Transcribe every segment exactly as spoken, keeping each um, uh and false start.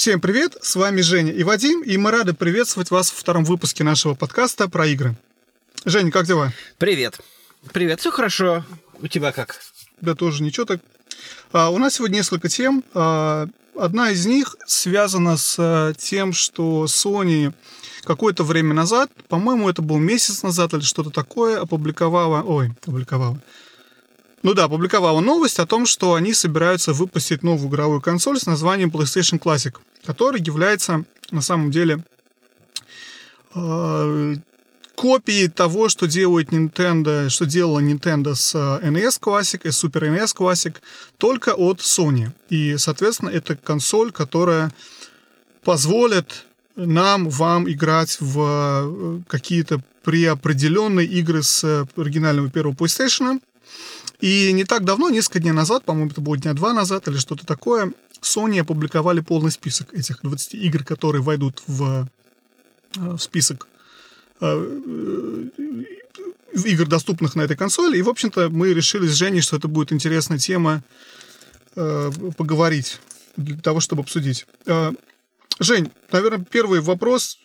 Всем привет, с вами Женя и Вадим, и мы рады приветствовать вас во втором выпуске нашего подкаста про игры. Женя, как дела? Привет. Привет, все хорошо. У тебя как? Да тоже ничего так. А, у нас сегодня несколько тем. А, одна из них связана с тем, что Sony какое-то время назад, по-моему, это был месяц назад или что-то такое, опубликовала... Ой, опубликовала. Ну да, опубликовала новость о том, что они собираются выпустить новую игровую консоль с названием PlayStation Classic, которая является на самом деле э, копией того, что делает Nintendo, что делала Nintendo с эн и эс Classic и Super эн и эс Classic, только от Sony. И, соответственно, это консоль, которая позволит нам, вам играть в какие-то преопределенные игры с оригинального первого PlayStation. И не так давно, несколько дней назад, по-моему, это было дня два назад или что-то такое, Sony опубликовали полный список этих двадцати игр, которые войдут в, в список игр, доступных на этой консоли. И, в общем-то, мы решили с Женей, что это будет интересная тема поговорить, для того, чтобы обсудить. Жень, наверное, первый вопрос.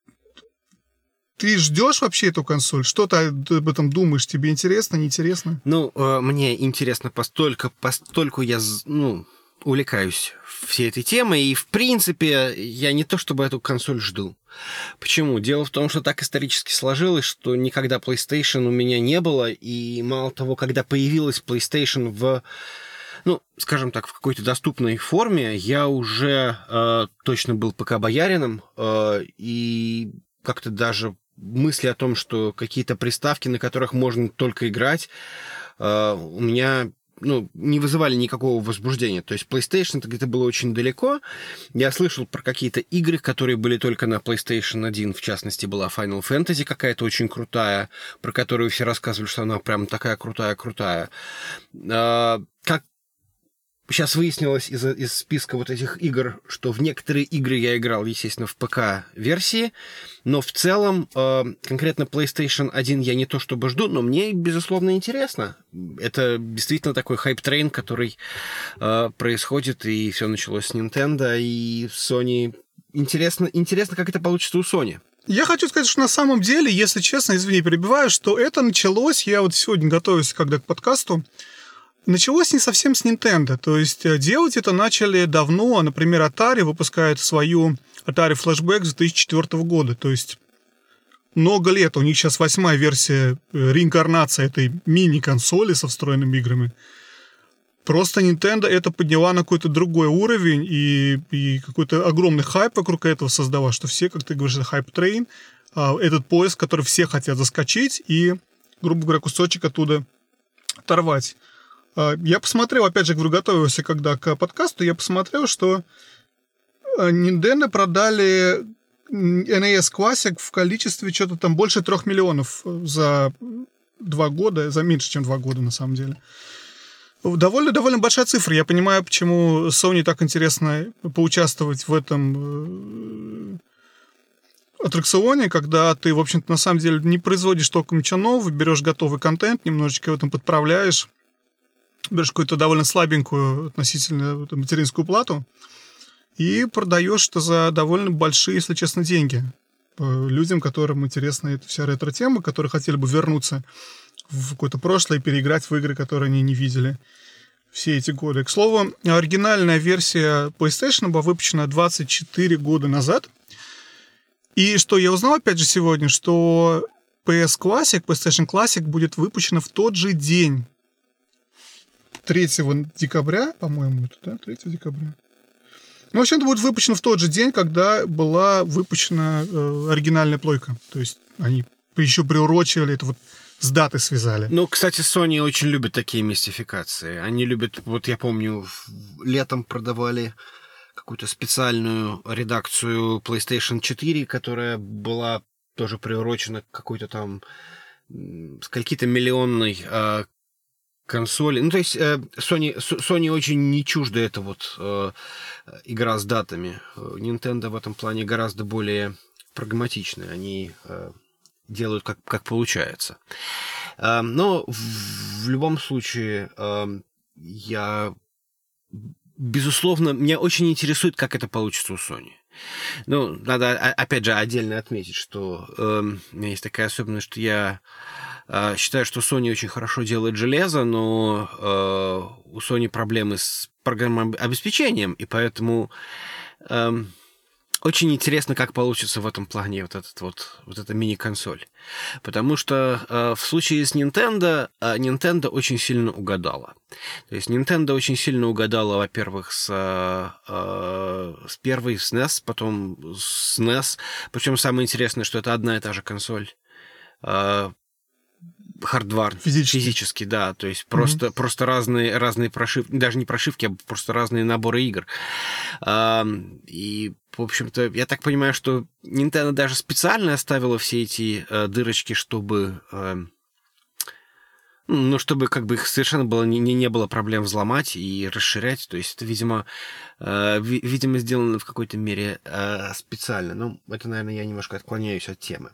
Ты ждешь вообще эту консоль? Что ты об этом думаешь? Тебе интересно, неинтересно? Ну, э, мне интересно постольку, постольку я, ну, увлекаюсь всей этой темой, и, в принципе, я не то чтобы эту консоль жду. Почему? Дело в том, что так исторически сложилось, что никогда PlayStation у меня не было, и мало того, когда появилась PlayStation в... Ну, скажем так, в какой-то доступной форме, я уже э, точно был ПК-боярином, э, и как-то даже мысли о том, что какие-то приставки, на которых можно только играть, э, у меня ну, не вызывали никакого возбуждения. То есть PlayStation это где-то было очень далеко. Я слышал про какие-то игры, которые были только на PlayStation один. В частности, была Final Fantasy какая-то очень крутая, про которую все рассказывали, что она прям такая крутая-крутая. Э, как Сейчас выяснилось из, из списка вот этих игр, что в некоторые игры я играл, естественно, в ПК-версии, но в целом э, конкретно PlayStation один я не то чтобы жду, но мне, безусловно, интересно. Это действительно такой хайп-трейн, который э, происходит, и все началось с Nintendo и Sony. Интересно, интересно, как это получится у Sony. Я хочу сказать, что на самом деле, если честно, извини, перебиваю, что это началось, я вот сегодня готовился когда к подкасту, началось не совсем с Nintendo, то есть делать это начали давно, например, Atari выпускает свою Atari Flashback с две тысячи четвёртого года, то есть много лет, у них сейчас восьмая версия, реинкарнация этой мини-консоли со встроенными играми. Просто Nintendo это подняла на какой-то другой уровень и, и какой-то огромный хайп вокруг этого создала, что все, как ты говоришь, хайп-трейн, этот поезд, который все хотят заскочить и, грубо говоря, кусочек оттуда оторвать. Я посмотрел, опять же, говорю, готовился когда к подкасту, я посмотрел, что Nintendo продали эн и эс Classic в количестве что-то там больше трех миллионов за два года, за меньше, чем два года, на самом деле. Довольно, довольно большая цифра. Я понимаю, почему Sony так интересно поучаствовать в этом аттракционе, когда ты, в общем-то, на самом деле не производишь только ничего нового, берешь готовый контент, немножечко в этом подправляешь, берешь какую-то довольно слабенькую относительно материнскую плату и продаешь это за довольно большие, если честно, деньги людям, которым интересна эта вся ретро-тема, которые хотели бы вернуться в какое-то прошлое и переиграть в игры, которые они не видели все эти годы. К слову, оригинальная версия PlayStation была выпущена двадцать четыре года назад. И что я узнал, опять же, сегодня, что пи эс Classic, PlayStation Classic будет выпущена в тот же день, третьего декабря, по-моему, это, да, третьего декабря. Ну, в общем, это будет выпущено в тот же день, когда была выпущена э, оригинальная плойка. То есть они еще приурочили это вот с датой связали. Ну, кстати, Sony очень любит такие мистификации. Они любят, вот я помню, летом продавали какую-то специальную редакцию PlayStation четыре, которая была тоже приурочена к какой-то там скольки-то миллионной э, консоли. Ну, то есть э, Sony, Sony очень не чужда эта вот э, игра с датами. Nintendo в этом плане гораздо более прагматичны. Они э, делают как, как получается. Э, но в, в любом случае э, я безусловно, меня очень интересует, как это получится у Sony. Ну, надо, опять же, отдельно отметить, что э, у меня есть такая особенность, что я э, считаю, что Sony очень хорошо делает железо, но э, у Sony проблемы с программным обеспечением, и поэтому э, очень интересно, как получится в этом плане вот, этот вот, вот эта мини-консоль. Потому что э, в случае с Nintendo, э, Nintendo очень сильно угадала. То есть Nintendo очень сильно угадала, во-первых, с, э, с первой, с эн и эс, потом с эн и эс. Причем самое интересное, что это одна и та же консоль. Э, хардвар. Физически. Физически, да. То есть просто, mm-hmm. просто разные, разные прошивки, даже не прошивки, а просто разные наборы игр. Э, и в общем-то, я так понимаю, что Nintendo даже специально оставила все эти э, дырочки, чтобы, э, ну, чтобы как бы их совершенно было, не, не было проблем взломать и расширять. То есть это, видимо, э, ви, видимо сделано в какой-то мере э, специально. Ну, это, наверное, я немножко отклоняюсь от темы.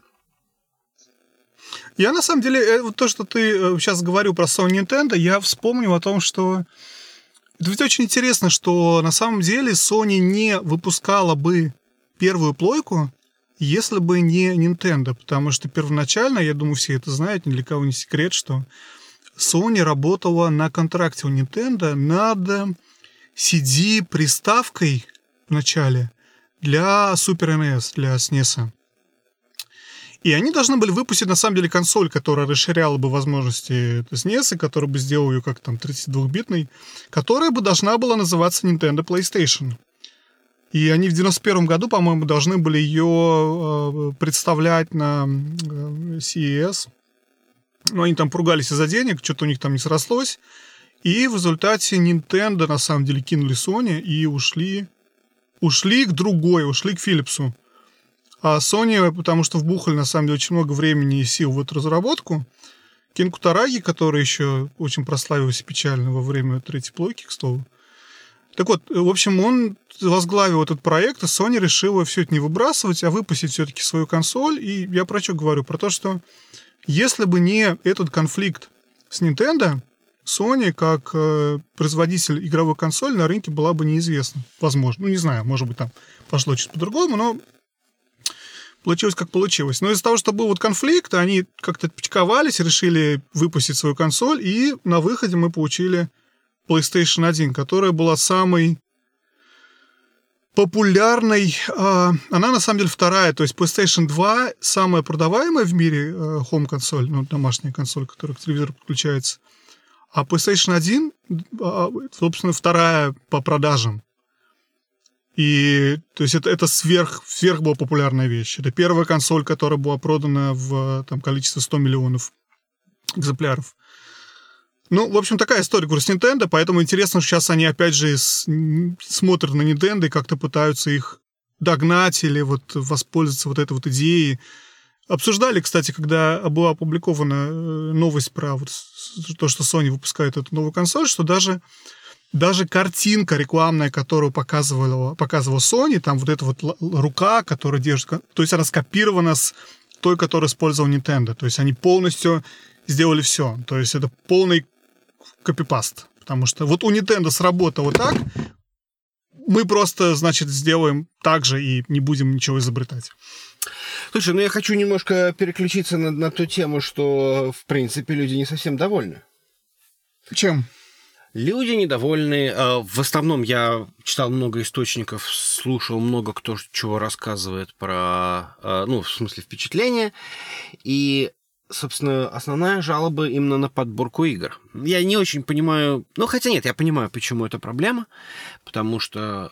Я, на самом деле, вот то, что ты сейчас говорил про Sony Nintendo, я вспомнил о том, что это ведь очень интересно, что на самом деле Sony не выпускала бы первую плойку, если бы не Nintendo, потому что первоначально, я думаю, все это знают, ни для кого не секрет, что Sony работала на контракте у Nintendo над си ди-приставкой в начале для Super эн и эс, для эс эн и эс. И они должны были выпустить, на самом деле, консоль, которая расширяла бы возможности эс эн и эс, которая бы сделала ее как там тридцатидвухбитной, которая бы должна была называться Nintendo PlayStation. И они в девяносто первом году, по-моему, должны были ее э, представлять на э, си и эс. Но они там поругались из-за денег, что-то у них там не срослось. И в результате Nintendo, на самом деле, кинули Sony и ушли, ушли к другой, ушли к Philips'у. А Sony, потому что вбухали, на самом деле, очень много времени и сил в эту разработку. Кен Кутараги, который еще очень прославился печально во время третьей плойки, к столу. Так вот, в общем, он возглавил этот проект, и Sony решила все это не выбрасывать, а выпустить все-таки свою консоль. И я про что говорю? Про то, что если бы не этот конфликт с Nintendo, Sony, как э, производитель игровой консоли, на рынке была бы неизвестна. Возможно. Ну, не знаю, может быть, там пошло чуть по-другому, но получилось, как получилось. Но из-за того, что был вот конфликт, они как-то отпочковались, решили выпустить свою консоль, и на выходе мы получили PlayStation один, которая была самой популярной. Она, на самом деле, вторая. То есть PlayStation два самая продаваемая в мире home-консоль, ну, домашняя консоль, которая к телевизору подключается. А PlayStation один, собственно, вторая по продажам. И, то есть, это, это сверх, сверх была популярная вещь. Это первая консоль, которая была продана в там, количестве сто миллионов экземпляров. Ну, в общем, такая история, говорю, с Nintendo, поэтому интересно, что сейчас они, опять же, с, смотрят на Nintendo и как-то пытаются их догнать или вот воспользоваться вот этой вот идеей. Обсуждали, кстати, когда была опубликована новость про вот то, что Sony выпускает эту новую консоль, что даже Даже картинка рекламная, которую показывала, показывала Sony, там вот эта вот рука, которая держит... То есть она скопирована с той, которую использовал Nintendo. То есть они полностью сделали все. То есть это полный копипаст. Потому что вот у Nintendo сработало так, мы просто, значит, сделаем так же и не будем ничего изобретать. Слушай, ну я хочу немножко переключиться на, на ту тему, что, в принципе, люди не совсем довольны. Чем? Люди недовольны. В основном я читал много источников, слушал много кто чего рассказывает про, ну, в смысле, впечатления. И, собственно, основная жалоба именно на подборку игр. Я не очень понимаю... Ну, хотя нет, я понимаю, почему это проблема. Потому что...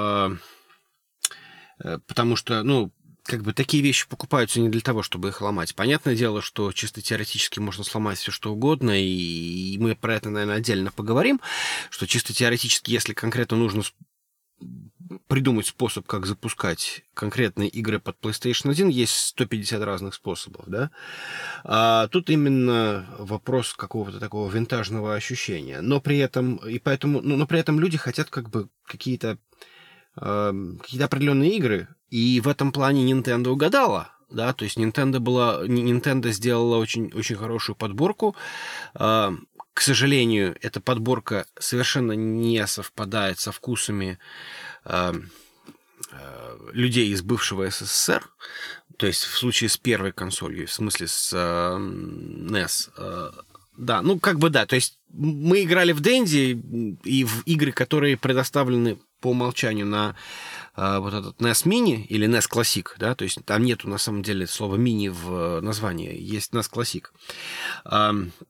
Потому что, ну... Как бы такие вещи покупаются не для того, чтобы их ломать. Понятное дело, что чисто теоретически можно сломать все что угодно, и мы про это, наверное, отдельно поговорим, что чисто теоретически, если конкретно нужно придумать способ, как запускать конкретные игры под PlayStation один, есть сто пятьдесят разных способов, да? А тут именно вопрос какого-то такого винтажного ощущения. Но при этом, и поэтому, ну, но при этом люди хотят как бы какие-то какие-то определенные игры, и в этом плане Nintendo угадала, да, то есть Nintendo была, Nintendo сделала очень, очень хорошую подборку, к сожалению, эта подборка совершенно не совпадает со вкусами э, э, людей из бывшего СССР. То есть в случае с первой консолью, в смысле с э, нес. Э, да, ну как бы да. То есть мы играли в Dendy и в игры, которые предоставлены по умолчанию на э, вот этот нес Mini или нес Classic, да, то есть там нету на самом деле слова мини в названии, есть нес Classic. Э,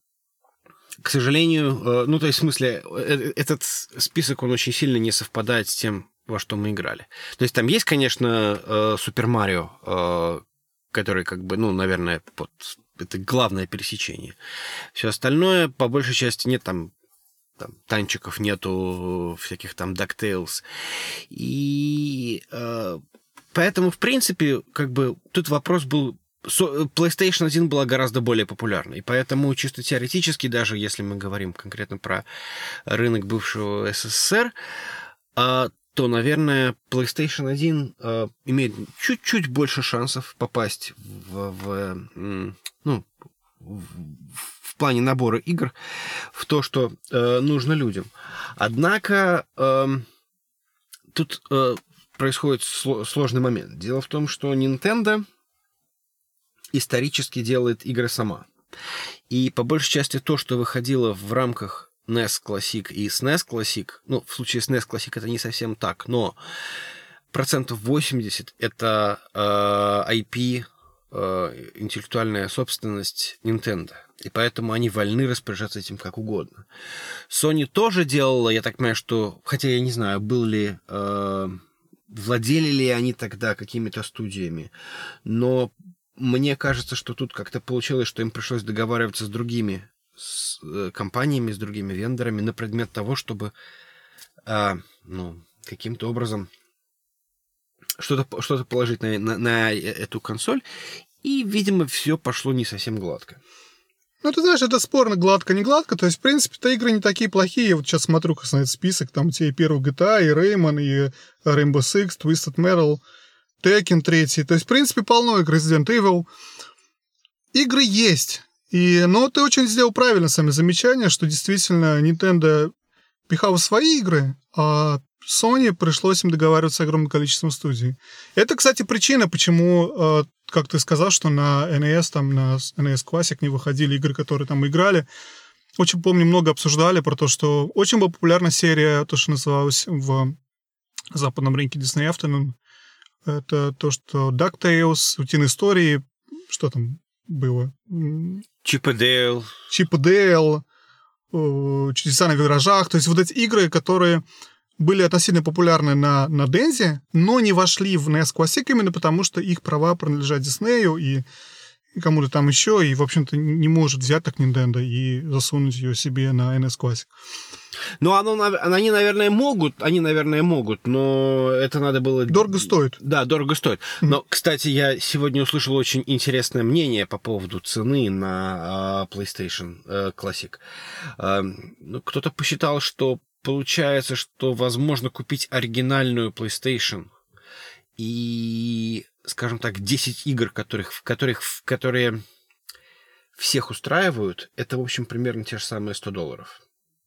К сожалению, ну, то есть, в смысле, этот список, он очень сильно не совпадает с тем, во что мы играли. То есть там есть, конечно, Супер Марио, который, как бы, ну, наверное, вот, это главное пересечение. Все остальное, по большей части, нет там, там танчиков, нету всяких там DuckTales. И э, поэтому, в принципе, как бы, тут вопрос был... PlayStation один была гораздо более популярной, поэтому чисто теоретически, даже если мы говорим конкретно про рынок бывшего СССР, то, наверное, PlayStation один имеет чуть-чуть больше шансов попасть в, в, ну, в плане набора игр в то, что нужно людям. Однако тут происходит сложный момент. Дело в том, что Nintendo исторически делает игры сама. И по большей части то, что выходило в рамках нес Classic и эс эн и эс Classic, ну, в случае с нес Classic это не совсем так, но процентов восемьдесят это э, ай пи, э, интеллектуальная собственность Nintendo. И поэтому они вольны распоряжаться этим как угодно. Sony тоже делала, я так понимаю, что, хотя я не знаю, был ли... Э, владели ли они тогда какими-то студиями, но мне кажется, что тут как-то получилось, что им пришлось договариваться с другими с, э, компаниями, с другими вендорами на предмет того, чтобы э, ну, каким-то образом что-то, что-то положить на, на, на эту консоль. И, видимо, все пошло не совсем гладко. Ну, ты знаешь, это спорно, гладко, не гладко. То есть, в принципе-то игры не такие плохие. Я вот сейчас смотрю, как на этот список. Там у тебя и первый джи ти эй, и Rayman, и Rainbow Six, Twisted Metal, Tekken три. То есть, в принципе, полно игр Resident Evil. Игры есть. И, но ты очень сделал правильно сами замечание, что действительно Nintendo пихала свои игры, а Sony пришлось им договариваться с огромным количеством студий. Это, кстати, причина, почему, как ты сказал, что на эн и эс, там, на эн и эс Classic не выходили игры, которые там играли. Очень помню, много обсуждали про то, что очень была популярна серия, то, что называлось в западном рынке Disney Afternoon. Это то, что DuckTales, Утиные истории, что там было? Чип и Дейл. Чип и Дейл, Чудеса на виражах. То есть вот эти игры, которые были относительно популярны на, на Дензи, но не вошли в нес Classic именно потому, что их права принадлежат Диснею и, и кому-то там еще, и, в общем-то, не может взять так Nintendo и засунуть ее себе на эн эс Classic. Ну, оно, они, наверное, могут, они, наверное, могут, но это надо было... Дорого стоит. Да, дорого стоит. Но, кстати, я сегодня услышал очень интересное мнение по поводу цены на uh, PlayStation uh, Classic. Uh, кто-то посчитал, что получается, что возможно купить оригинальную PlayStation и, скажем так, десять игр, которых, в которых, в которые всех устраивают, это, в общем, примерно те же самые сто долларов.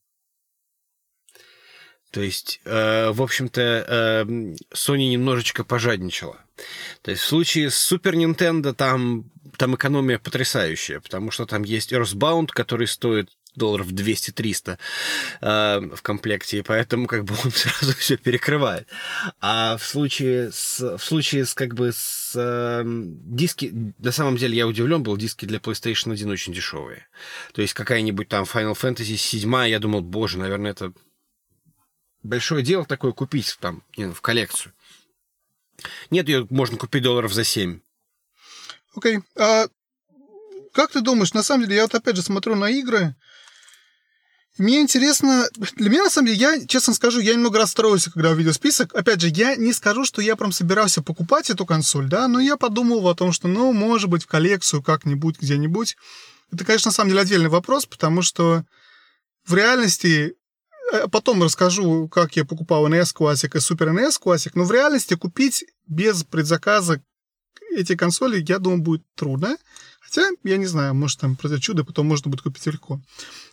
То есть, э, в общем-то, э, Sony немножечко пожадничала. То есть в случае с Super Nintendo там, там экономия потрясающая, потому что там есть Earthbound, который стоит долларов двести-триста э, в комплекте, и поэтому как бы он сразу все перекрывает. А в случае с, в случае с как бы с э, диски, на самом деле я удивлен был, диски для PlayStation один очень дешевые. То есть какая-нибудь там Final Fantasy семь, я думал, боже, наверное, это большое дело такое купить там, не, в коллекцию. Нет, ее можно купить долларов за семь. Окей. Okay. А как ты думаешь, на самом деле, я вот опять же смотрю на игры, мне интересно, для меня, на самом деле, я, честно скажу, я немного расстроился, когда увидел список. Опять же, я не скажу, что я прям собирался покупать эту консоль, да, но я подумал о том, что, ну, может быть, в коллекцию как-нибудь, где-нибудь. Это, конечно, на самом деле отдельный вопрос, потому что в реальности, потом расскажу, как я покупал эн и эс Classic и Super эн и эс Classic, но в реальности купить без предзаказа эти консоли, я думаю, будет трудно. Хотя, я не знаю, может, там произойдет чудо, потом можно будет купить легко.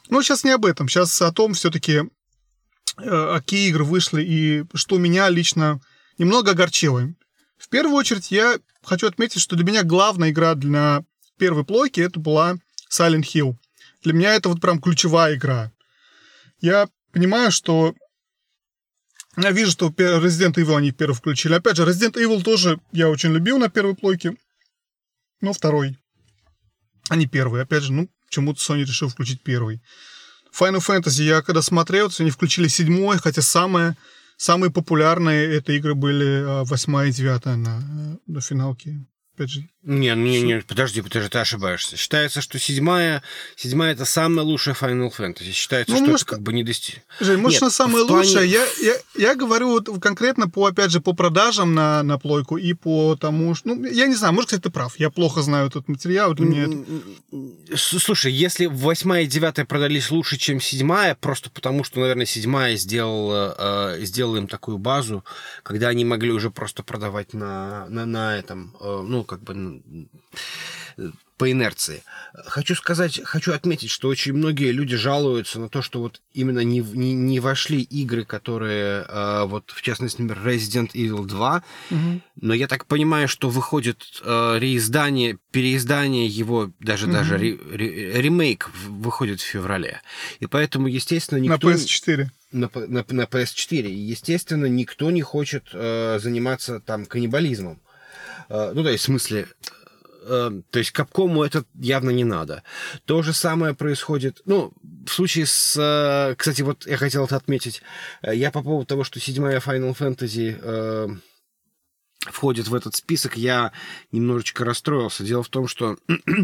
Но сейчас не об этом. Сейчас о том все-таки, какие игры вышли и что меня лично немного огорчило. В первую очередь я хочу отметить, что для меня главная игра для первой плойки это была Silent Hill. Для меня это вот прям ключевая игра. Я понимаю, что... Я вижу, что Resident Evil они первый включили. Опять же, Resident Evil тоже я очень любил на первой плойке, но второй, а не первый. Опять же, ну, почему-то Sony решил включить первый. Final Fantasy я когда смотрел, то они включили седьмой, хотя самые, самые популярные это игры были восьмая и девятая на, на финалке. Опять же. Не, не, не, подожди, подожди, ты ошибаешься. Считается, что седьмая, седьмая это самая лучшая Final Fantasy. Считается, ну, что может, это как бы не достиг. Жень, может, она самая лучшая. Плане... Я, я, я говорю вот конкретно по, опять же, по продажам на, на плойку и по тому, что... Ну, я не знаю, может, кстати, ты прав. Я плохо знаю этот материал. Для меня это... Слушай, если восьмая и девятая продались лучше, чем седьмая, просто потому, что, наверное, седьмая сделала, э, сделала им такую базу, когда они могли уже просто продавать на, на, на этом, э, ну, как бы по инерции. Хочу сказать, хочу отметить, что очень многие люди жалуются на то, что вот именно не, не, не вошли игры, которые, э, вот в частности, например, Resident Evil два, угу. Но я так понимаю, что выходит э, реиздание, переиздание его, даже, угу. даже ре, ре, ремейк выходит в феврале. И поэтому, естественно, никто... На пи эс четыре. На, на, на пи эс четыре. И, естественно, никто не хочет э, заниматься там каннибализмом. Ну да, в смысле, э, то есть Капкому это явно не надо. То же самое происходит, ну, в случае с... Э, кстати, вот я хотел это отметить. Я по поводу того, что седьмая Final Fantasy э, входит в этот список, я немножечко расстроился. Дело в том, что...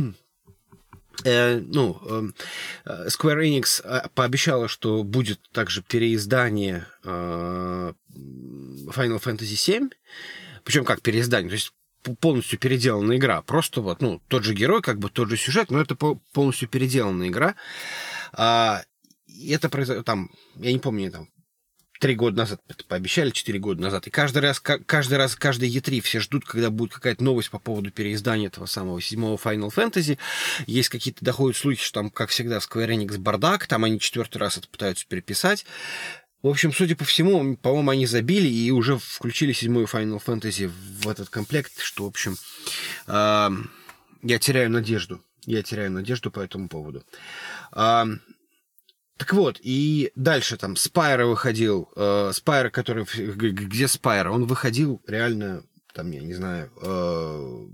Э, ну, э, Square Enix пообещала, что будет также переиздание э, Final Fantasy семь. Причем как переиздание, то есть полностью переделанная игра. Просто вот, ну, тот же герой, как бы тот же сюжет, но это полностью переделанная игра. А, и это произошло там, я не помню, там, три года назад это пообещали, четыре года назад. И каждый раз, каждый раз, каждый и три все ждут, когда будет какая-то новость по поводу переиздания этого самого седьмого Final Fantasy. Есть какие-то, доходят слухи, что там, как всегда, в Square Enix бардак, там они четвертый раз это пытаются переписать. В общем, судя по всему, по-моему, они забили и уже включили седьмую Final Fantasy в этот комплект, что, в общем, э, я теряю надежду. Я теряю надежду по этому поводу. Э, так вот, и дальше там Spyro выходил. Э, Spyro, который... Где Spyro? Он выходил реально, там, я не знаю... Э,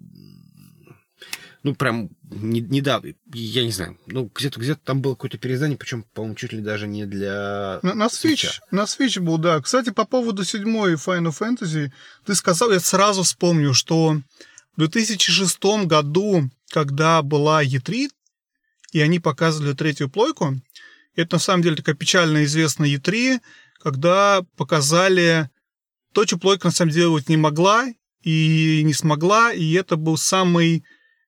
ну, прям недавно, я не знаю, ну, где-то где там было какое-то переиздание, причем, по-моему, чуть ли даже не для... На, на Switch, на Switch был, да. Кстати, по поводу седьмой Final Fantasy, ты сказал, я сразу вспомню, что в две тысячи шестом году, когда была и три, и они показывали третью плойку, это, на самом деле, такая печально известная и три, когда показали то, что плойка, на самом деле, делать не могла и не смогла, и это был самый...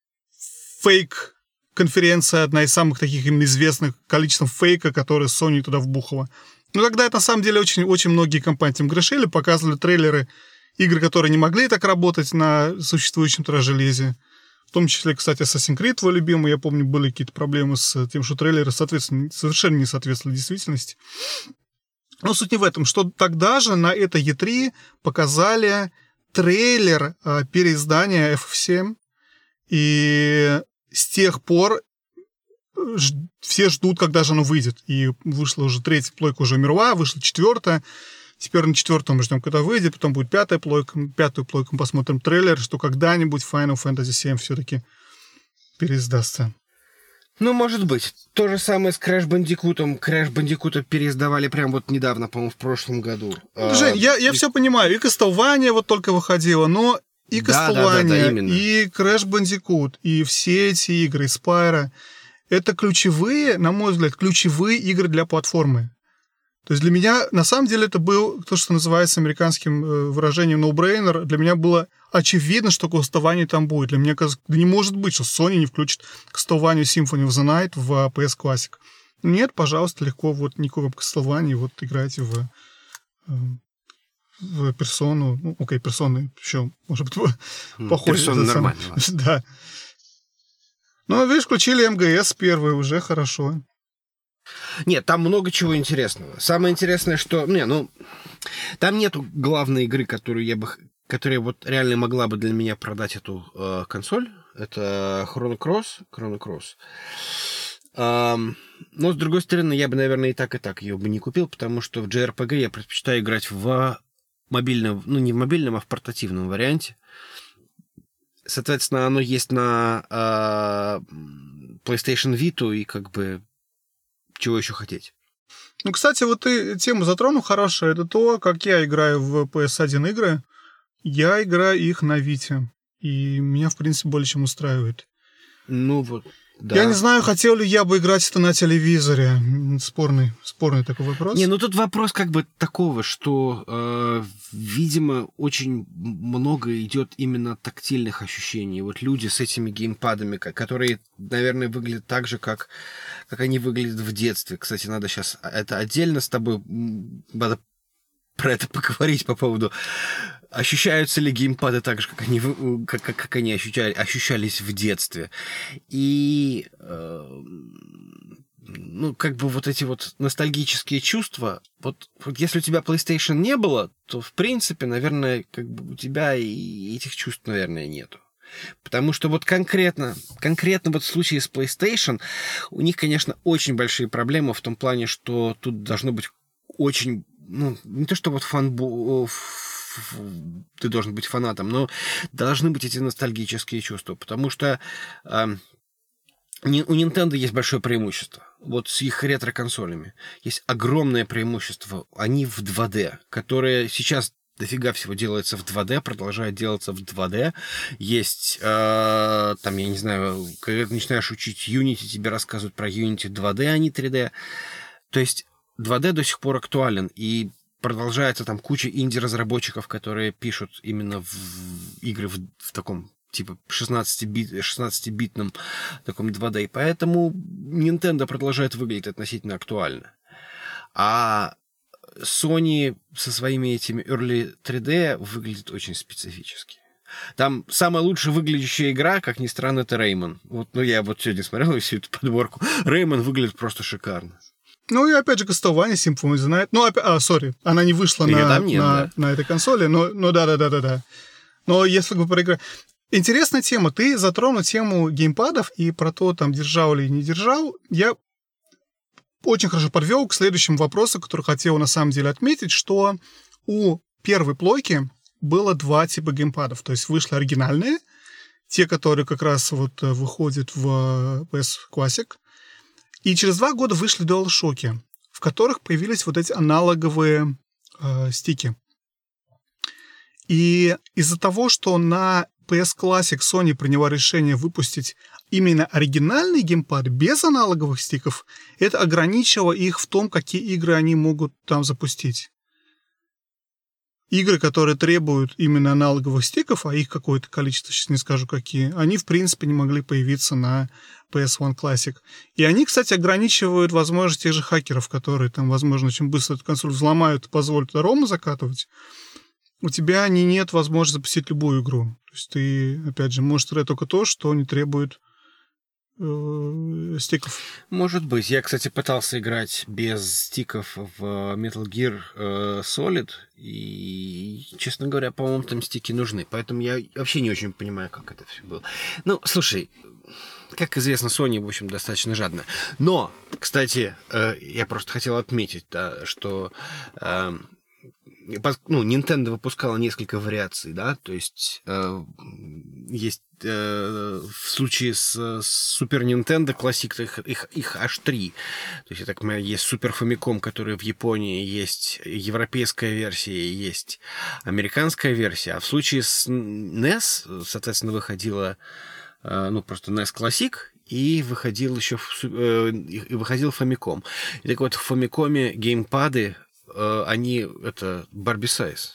фейк-конференция, одна из самых таких именно известных количеством фейка, которые Sony туда вбухала. Но тогда это, на самом деле, очень, очень многие компании этим грешили, показывали трейлеры игр, которые не могли так работать на существующем железе. В том числе, кстати, Assassin's Creed, твой любимый, я помню, были какие-то проблемы с тем, что трейлеры, соответственно, совершенно не соответствовали действительности. Но суть не в этом, что тогда же на этой и три показали трейлер э, переиздания эф эф семь, и с тех пор ж... все ждут, когда же оно выйдет. И вышла уже третья плойка, уже умерла, вышла четвертая. Теперь на четвертом мы ждем, когда выйдет, потом будет пятая плойка. Пятую плойку мы посмотрим трейлер, что когда-нибудь Final Fantasy семь все-таки переиздастся. Ну, может быть. То же самое с Crash Bandicoot. Crash Bandicoot переиздавали прям вот недавно, по-моему, в прошлом году. Жень, а, я, я и... все понимаю. И Castlevania вот только выходила, но и Castlevania, да, да, да, да, и Crash Bandicoot, и все эти игры, и Spyro, это ключевые, на мой взгляд, ключевые игры для платформы. То есть для меня, на самом деле, это был то, что называется американским выражением no-brainer. Для меня было очевидно, что Castlevania там будет. Для меня казалось, да не может быть, что Sony не включит Castlevania Symphony of the Night в пи эс Classic. Нет, пожалуйста, легко, вот никакого Castlevania, вот играйте в... в персону, ну, окей, персоны еще, может быть, похоже. Персона нормально. Да. Ну, видишь, включили эм гэ эс первый, уже хорошо. Нет, там много чего интересного. Самое интересное, что... Не, ну, там нету главной игры, которую я бы... которая вот реально могла бы для меня продать эту э, консоль. Это Chrono Cross. Chrono Cross. Um, но, с другой стороны, я бы, наверное, и так, и так ее бы не купил, потому что в джей ар пи джи я предпочитаю играть в мобильном, ну, не в мобильном, а в портативном варианте. Соответственно, оно есть на uh, PlayStation Vita, и как бы чего еще хотеть. Ну, кстати, вот ты тему затронул хорошую. Это то, как я играю в пи эс один игры. Я играю их на Vita. И меня, в принципе, более чем устраивает. Ну, вот. Да. Я не знаю, хотел ли я бы играть это на телевизоре. Спорный, спорный такой вопрос. Не, ну тут вопрос как бы такого, что, э, видимо, очень много идет именно тактильных ощущений. Вот люди с этими геймпадами, которые, наверное, выглядят так же, как, как они выглядят в детстве. Кстати, надо сейчас это отдельно с тобой надо про это поговорить по поводу, ощущаются ли геймпады так же, как они, как, как, как они ощущали, ощущались в детстве. И, э, ну, как бы вот эти вот ностальгические чувства, вот, вот если у тебя PlayStation не было, то, в принципе, наверное, как бы у тебя и этих чувств, наверное, нету. Потому что вот конкретно, конкретно вот в случае с PlayStation у них, конечно, очень большие проблемы в том плане, что тут должно быть очень... Ну, не то, что вот фанбо... ты должен быть фанатом, но должны быть эти ностальгические чувства, потому что э, у Nintendo есть большое преимущество. Вот с их ретро-консолями есть огромное преимущество. Они в два дэ, которые сейчас дофига всего делается в два дэ, продолжает делаться в два дэ. Есть, э, там, я не знаю, когда ты начинаешь учить Unity, тебе рассказывают про Unity два дэ, а не три дэ. То есть два дэ до сих пор актуален, и продолжается там куча инди-разработчиков, которые пишут именно в игры в, в таком типа шестнадцатибитном таком два дэ, и поэтому Nintendo продолжает выглядеть относительно актуально. А Sony со своими этими Early три дэ выглядит очень специфически. Там самая лучше выглядящая игра, как ни странно, это Rayman. Вот, ну, я вот сегодня смотрел всю эту подборку. Rayman выглядит просто шикарно. Ну и опять же, Castlevania Symphony of the Night. Ну, опять, а, сори, она не вышла на, нет, на, да. на этой консоли, но, но да-да-да-да-да. Но если бы проиграть... Интересная тема. Ты затронул тему геймпадов и про то, там, держал или не держал. Я очень хорошо подвел к следующему вопросу, который хотел на самом деле отметить, что у первой плойки было два типа геймпадов. То есть вышли оригинальные, те, которые как раз вот выходят в пи эс Classic, и через два года вышли DualShock, в которых появились вот эти аналоговые э, стики. И из-за того, что на пи эс Classic Sony приняла решение выпустить именно оригинальный геймпад без аналоговых стиков, это ограничило их в том, какие игры они могут там запустить. Игры, которые требуют именно аналоговых стиков, а их какое-то количество, сейчас не скажу какие, они, в принципе, не могли появиться на пи эс один Classic. И они, кстати, ограничивают возможности тех же хакеров, которые там, возможно, очень быстро эту консоль взломают и позволят ROM закатывать. У тебя не, нет возможности запустить любую игру. То есть ты, опять же, можешь играть только то, что не требует э, стиков. Может быть. Я, кстати, пытался играть без стиков в Metal Gear э, Solid, и, честно говоря, по-моему, там стики нужны. Поэтому я вообще не очень понимаю, как это все было. Ну, слушай, как известно, Sony, в общем, достаточно жадная. Но, кстати, э, я просто хотел отметить, да, что... Э, ну, Nintendo выпускала несколько вариаций, да, то есть э, есть э, в случае с, с Super Nintendo Classic их, их, их аж три. То есть, я так понимаю, есть Super Famicom, который в Японии, есть европейская версия, есть американская версия. А в случае с эн и эс, соответственно, выходила э, ну, просто эн и эс Classic, и выходил еще э, выходил Famicom. И так вот, в Famicom геймпады они, это Barbie Size.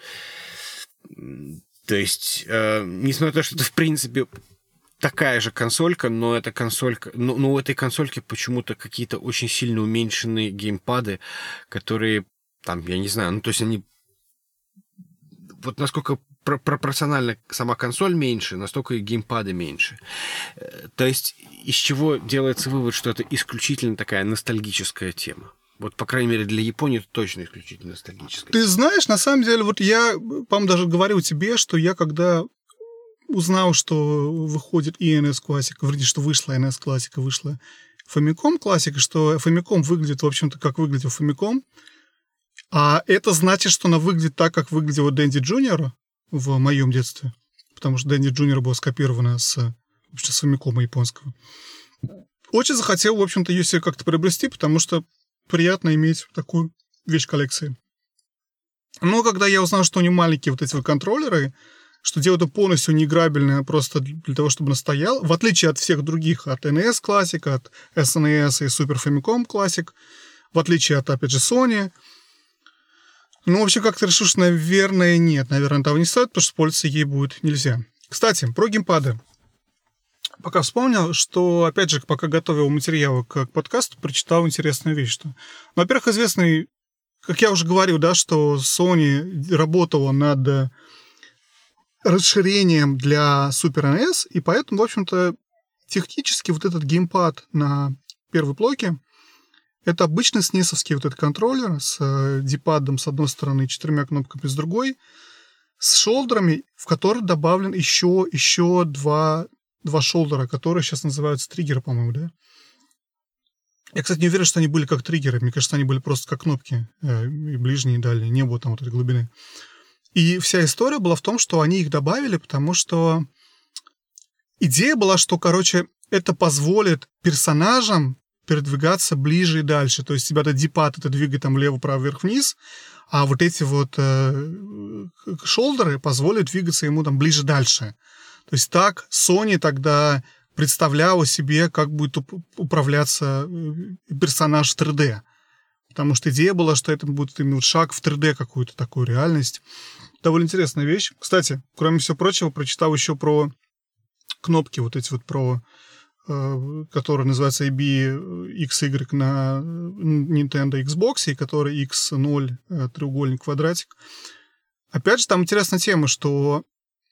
То есть, э, несмотря на то, что это, в принципе, такая же консолька, но эта консолька, но, но у этой консольки почему-то какие-то очень сильно уменьшенные геймпады, которые, там, я не знаю, ну, то есть они, вот насколько пропорционально сама консоль меньше, настолько и геймпады меньше. То есть из чего делается вывод, что это исключительно такая ностальгическая тема? Вот, по крайней мере, для Японии это точно исключительно ностальгическая. Ты знаешь, на самом деле, вот я, по-моему, даже говорил тебе, что я когда узнал, что выходит и эн эс Classic, вроде, что вышла эн эс Classic, вышла Famicom Classic, что Famicom выглядит, в общем-то, как выглядел Famicom, а это значит, что она выглядит так, как выглядела Dendy Junior в моем детстве, потому что Dendy Junior была скопирована с, вообще, с Famicom японского. Очень захотел, в общем-то, ее себе как-то приобрести, потому что приятно иметь такую вещь коллекции. Но когда я узнал, что у нее маленькие вот эти вот контроллеры, что дело-то полностью неиграбельное просто для того, чтобы она стояла, в отличие от всех других, от эн эс Classic, от эс эн эс и Super Famicom Classic, в отличие от, опять же, Sony. Ну, вообще, как-то решил, что, наверное, нет. Наверное, того не стоит, потому что пользоваться ей будет нельзя. Кстати, про геймпады. Пока вспомнил, что, опять же, пока готовил материалы к подкасту, прочитал интересную вещь. Что, ну, во-первых, известный, как я уже говорил, да, что Sony работала над расширением для Super эн эс, и поэтому, в общем-то, технически вот этот геймпад на первой плойке это обычный снисовский вот этот контроллер с дипадом с одной стороны и четырьмя кнопками с другой, с шолдерами, в который добавлен еще, еще два, два шолдера, которые сейчас называются триггеры, по-моему, да? Я, кстати, не уверен, что они были как триггеры. Мне кажется, они были просто как кнопки, и ближние, и дальние. Не было там вот этой глубины. И вся история была в том, что они их добавили, потому что идея была, что, короче, это позволит персонажам передвигаться ближе и дальше. То есть тебя этот дипад, это двигает там влево, вправо, вверх, вниз, а вот эти вот э, шолдеры позволят двигаться ему там ближе дальше. То есть так Sony тогда представляла себе, как будет управляться персонаж в три дэ. Потому что идея была, что это будет именно шаг в три дэ, какую-то такую реальность. Довольно интересная вещь. Кстати, кроме всего прочего, прочитал еще про кнопки, вот эти вот про, э, которые называются эй би икс игрек на Nintendo Xbox, и которые икс ноль, э, треугольник, квадратик. Опять же, там интересная тема, что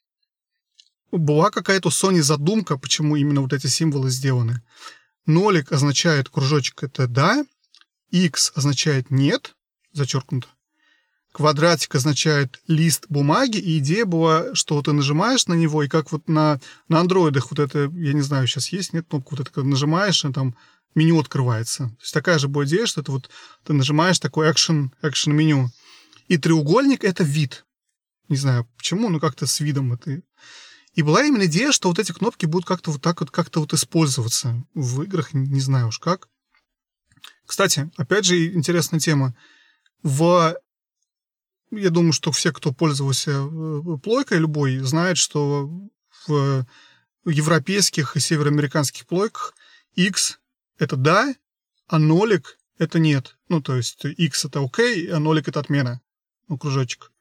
была какая-то у Sony задумка, почему именно вот эти символы сделаны. Нолик означает кружочек, это да, X означает нет, зачеркнуто. Квадратик означает лист бумаги, и идея была, что ты нажимаешь на него, и как вот на, на андроидах вот это, я не знаю, сейчас есть, нет кнопка, вот это, когда нажимаешь, и там меню открывается. То есть такая же была идея, что это вот ты нажимаешь такой action, action меню. И треугольник — это вид. Не знаю почему, но как-то с видом это... И была именно идея, что вот эти кнопки будут как-то вот так вот, как-то вот использоваться в играх, не знаю уж как. Кстати, опять же, интересная тема. В... Я думаю, что все, кто пользовался плойкой любой, знают, что в европейских и североамериканских плойках X — это да, а нолик — это нет. Ну, то есть X — это окей, а нолик — это отмена. Ну, кружочек.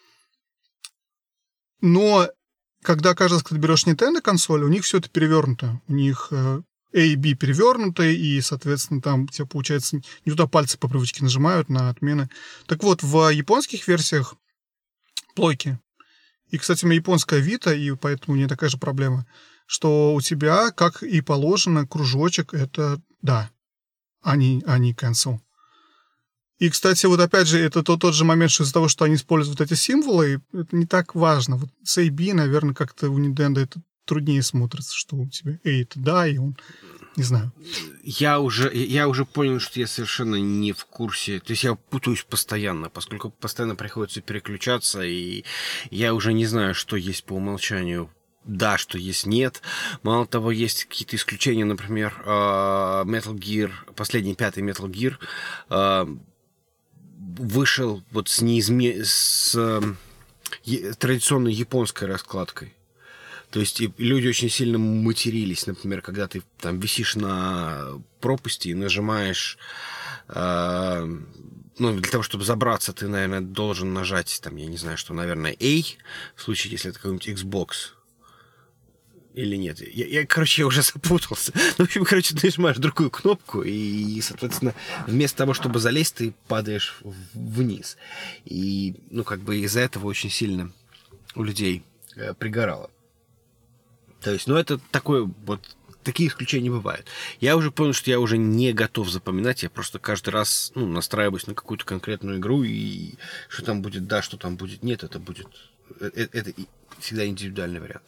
Но когда каждый раз, когда берешь Nintendo консоль, у них все это перевернуто. У них A и B перевернуты, и, соответственно, там тебе, получается, не туда пальцы по привычке нажимают на отмены. Так вот, в японских версиях плойки, и, кстати, у меня японская Vita, и поэтому у нее такая же проблема, что у тебя, как и положено, кружочек — это да, а не, а не cancel. И, кстати, вот опять же, это тот, тот же момент, что из-за того, что они используют эти символы, это не так важно. Вот с эй би, наверное, как-то у Nintendo это труднее смотрится, что у тебя A это да, и он, не знаю. Я уже, я уже понял, что я совершенно не в курсе. То есть я путаюсь постоянно, поскольку постоянно приходится переключаться, и я уже не знаю, что есть по умолчанию. Да, что есть нет. Мало того, есть какие-то исключения, например, Metal Gear, последний пятый Metal Gear вышел вот с, неизме... с э, традиционной японской раскладкой. То есть и люди очень сильно матерились, например, когда ты там висишь на пропасти и нажимаешь, э, ну, для того, чтобы забраться, ты, наверное, должен нажать, там, я не знаю, что, наверное, A, в случае, если это какой-нибудь Xbox. Или нет? Я, я, короче, я уже запутался. Ну, в общем, короче, ты нажимаешь другую кнопку, и, соответственно, вместо того, чтобы залезть, ты падаешь вниз. И, ну, как бы из-за этого очень сильно у людей э, пригорало. То есть, ну, это такое вот... Такие исключения бывают. Я уже понял, что я уже не готов запоминать. Я просто каждый раз ну, настраиваюсь на какую-то конкретную игру, и что там будет да, что там будет нет, это будет... Это, это всегда индивидуальный вариант.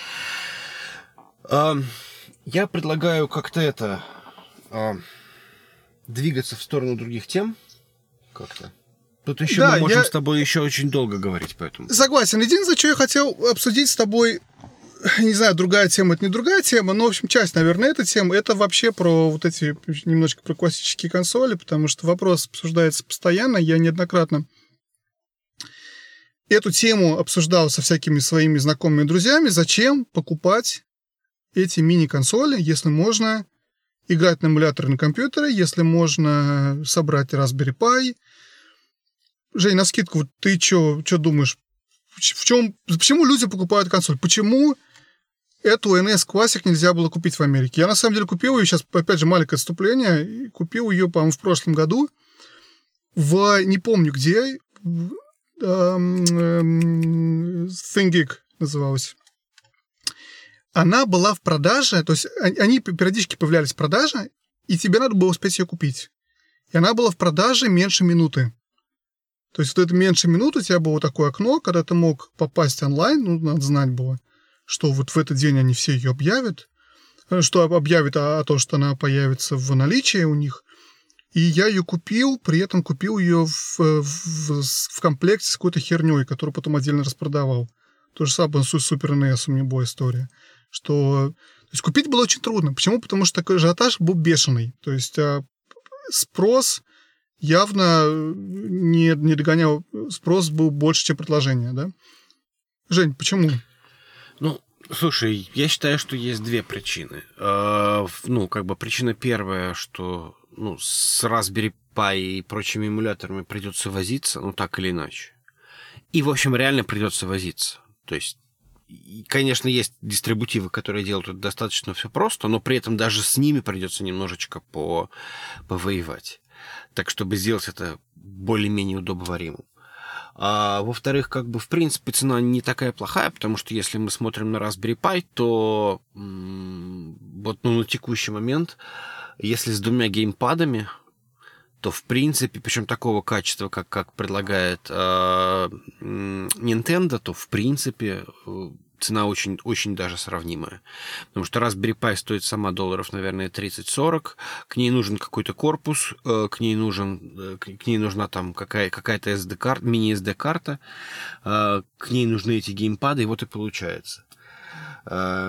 Я предлагаю как-то это... двигаться в сторону других тем. Как-то. Тут еще да, мы можем я... с тобой еще очень долго говорить по этому. Согласен. Единственное, что я хотел обсудить с тобой... Не знаю, другая тема, это не другая тема, но, в общем, часть, наверное, этой темы, это вообще про вот эти, немножко про классические консоли, потому что вопрос обсуждается постоянно, я неоднократно эту тему обсуждал со всякими своими знакомыми друзьями, зачем покупать эти мини-консоли, если можно играть на эмуляторе на компьютере, если можно собрать Raspberry Pi. Жень, навскидку, вот ты что думаешь, в чем, почему люди покупают консоль? Почему эту эн эс Classic нельзя было купить в Америке? Я, на самом деле, купил ее, сейчас, опять же, маленькое отступление, купил ее, по-моему, в прошлом году в, не помню где, ThinkGeek называлась. Она была в продаже, то есть они периодически появлялись в продаже, и тебе надо было успеть ее купить. И она была в продаже меньше минуты. То есть вот это меньше минуты, у тебя было такое окно, когда ты мог попасть онлайн, ну, надо знать было, что вот в этот день они все ее объявят, что объявят о, о том, что она появится в наличии у них. И я ее купил, при этом купил ее в, в, в комплекте с какой-то херней, которую потом отдельно распродавал. То же самое с Super эн эс у меня была история. Что... То есть купить было очень трудно. Почему? Потому что такой ажиотаж был бешеный. То есть спрос явно не, не догонял. Спрос был больше, чем предложение, да? Жень, почему? Ну, слушай, я считаю, что есть две причины. Э, ну, как бы причина первая, что ну, с Raspberry Pi и прочими эмуляторами придется возиться, ну, так или иначе. И, в общем, реально придется возиться. То есть, конечно, есть дистрибутивы, которые делают это достаточно все просто, но при этом даже с ними придется немножечко по... повоевать. Так, чтобы сделать это более-менее удобоваримым. А, во-вторых, как бы, в принципе, цена не такая плохая, потому что если мы смотрим на Raspberry Pi, то м- вот ну, на текущий момент, если с двумя геймпадами, то, в принципе, причем такого качества, как, как предлагает э, Nintendo, то, в принципе, цена очень, очень даже сравнимая. Потому что Raspberry Pi стоит сама долларов, наверное, тридцать-сорок. К ней нужен какой-то корпус, э, к ней нужен, э, к ней нужна там какая, какая-то эс ди-карта, мини-эс ди-карта, э, к ней нужны эти геймпады, и вот и получается. Э,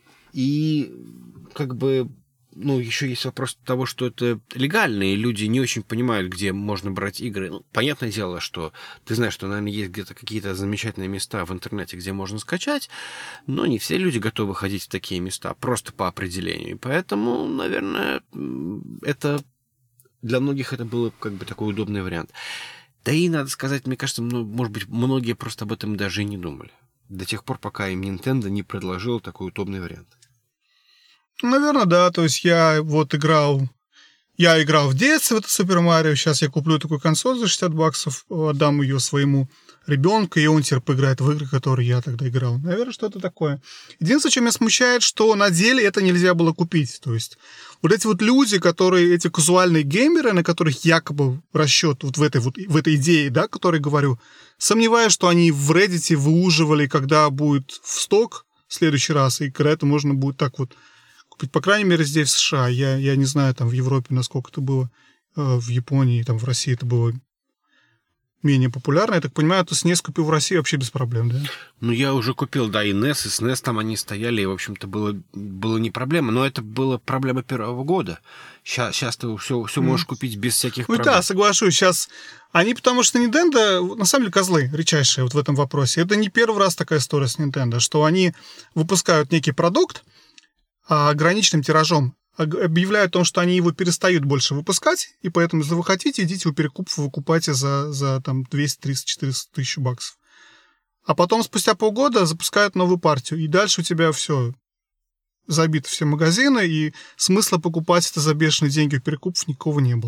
и как бы ну, еще есть вопрос того, что это легально, и люди не очень понимают, где можно брать игры. Ну, понятное дело, что ты знаешь, что, наверное, есть где-то какие-то замечательные места в интернете, где можно скачать, но не все люди готовы ходить в такие места, просто по определению. И поэтому, наверное, это для многих это было как бы такой удобный вариант. Да и, надо сказать, мне кажется, ну, может быть, многие просто об этом даже и не думали. До тех пор, пока им Nintendo не предложил такой удобный вариант. Наверное, да. То есть я вот играл... Я играл в детстве в это Супер Марио. Сейчас я куплю такую консоль за шестьдесят баксов, отдам ее своему ребенку, и он теперь поиграет в игры, которые я тогда играл. Наверное, что-то такое. Единственное, что меня смущает, что на деле это нельзя было купить. То есть вот эти вот люди, которые, эти казуальные геймеры, на которых якобы расчет вот в этой, вот, в этой идее, да, о которой говорю, сомневаюсь, что они в Reddit выуживали, когда будет в сток в следующий раз, и когда это можно будет так вот купить. По крайней мере, здесь, в США. Я, я не знаю, там в Европе, насколько это было, в Японии, там в России это было менее популярно. Я так понимаю, ты эс эн и эс купил в России вообще без проблем, да? Ну, я уже купил, да, и эн и эс, и с эн и эс там они стояли, и, в общем-то, было, было не проблема. Но это была проблема первого года. Сейчас, сейчас ты все, все можешь mm. купить без всяких ну, проблем. Да, соглашусь. Сейчас они, потому что Nintendo, на самом деле, козлы редчайшие вот в этом вопросе. Это не первый раз такая история с Nintendo, что они выпускают некий продукт ограниченным тиражом, объявляют о том, что они его перестают больше выпускать, и поэтому, если вы хотите, идите, вы перекуп выкупайте за, за там, двести, триста, четыреста тысяч баксов. А потом, спустя полгода, запускают новую партию, и дальше у тебя все забито, все магазины, и смысла покупать это за бешеные деньги у перекупов никакого не было.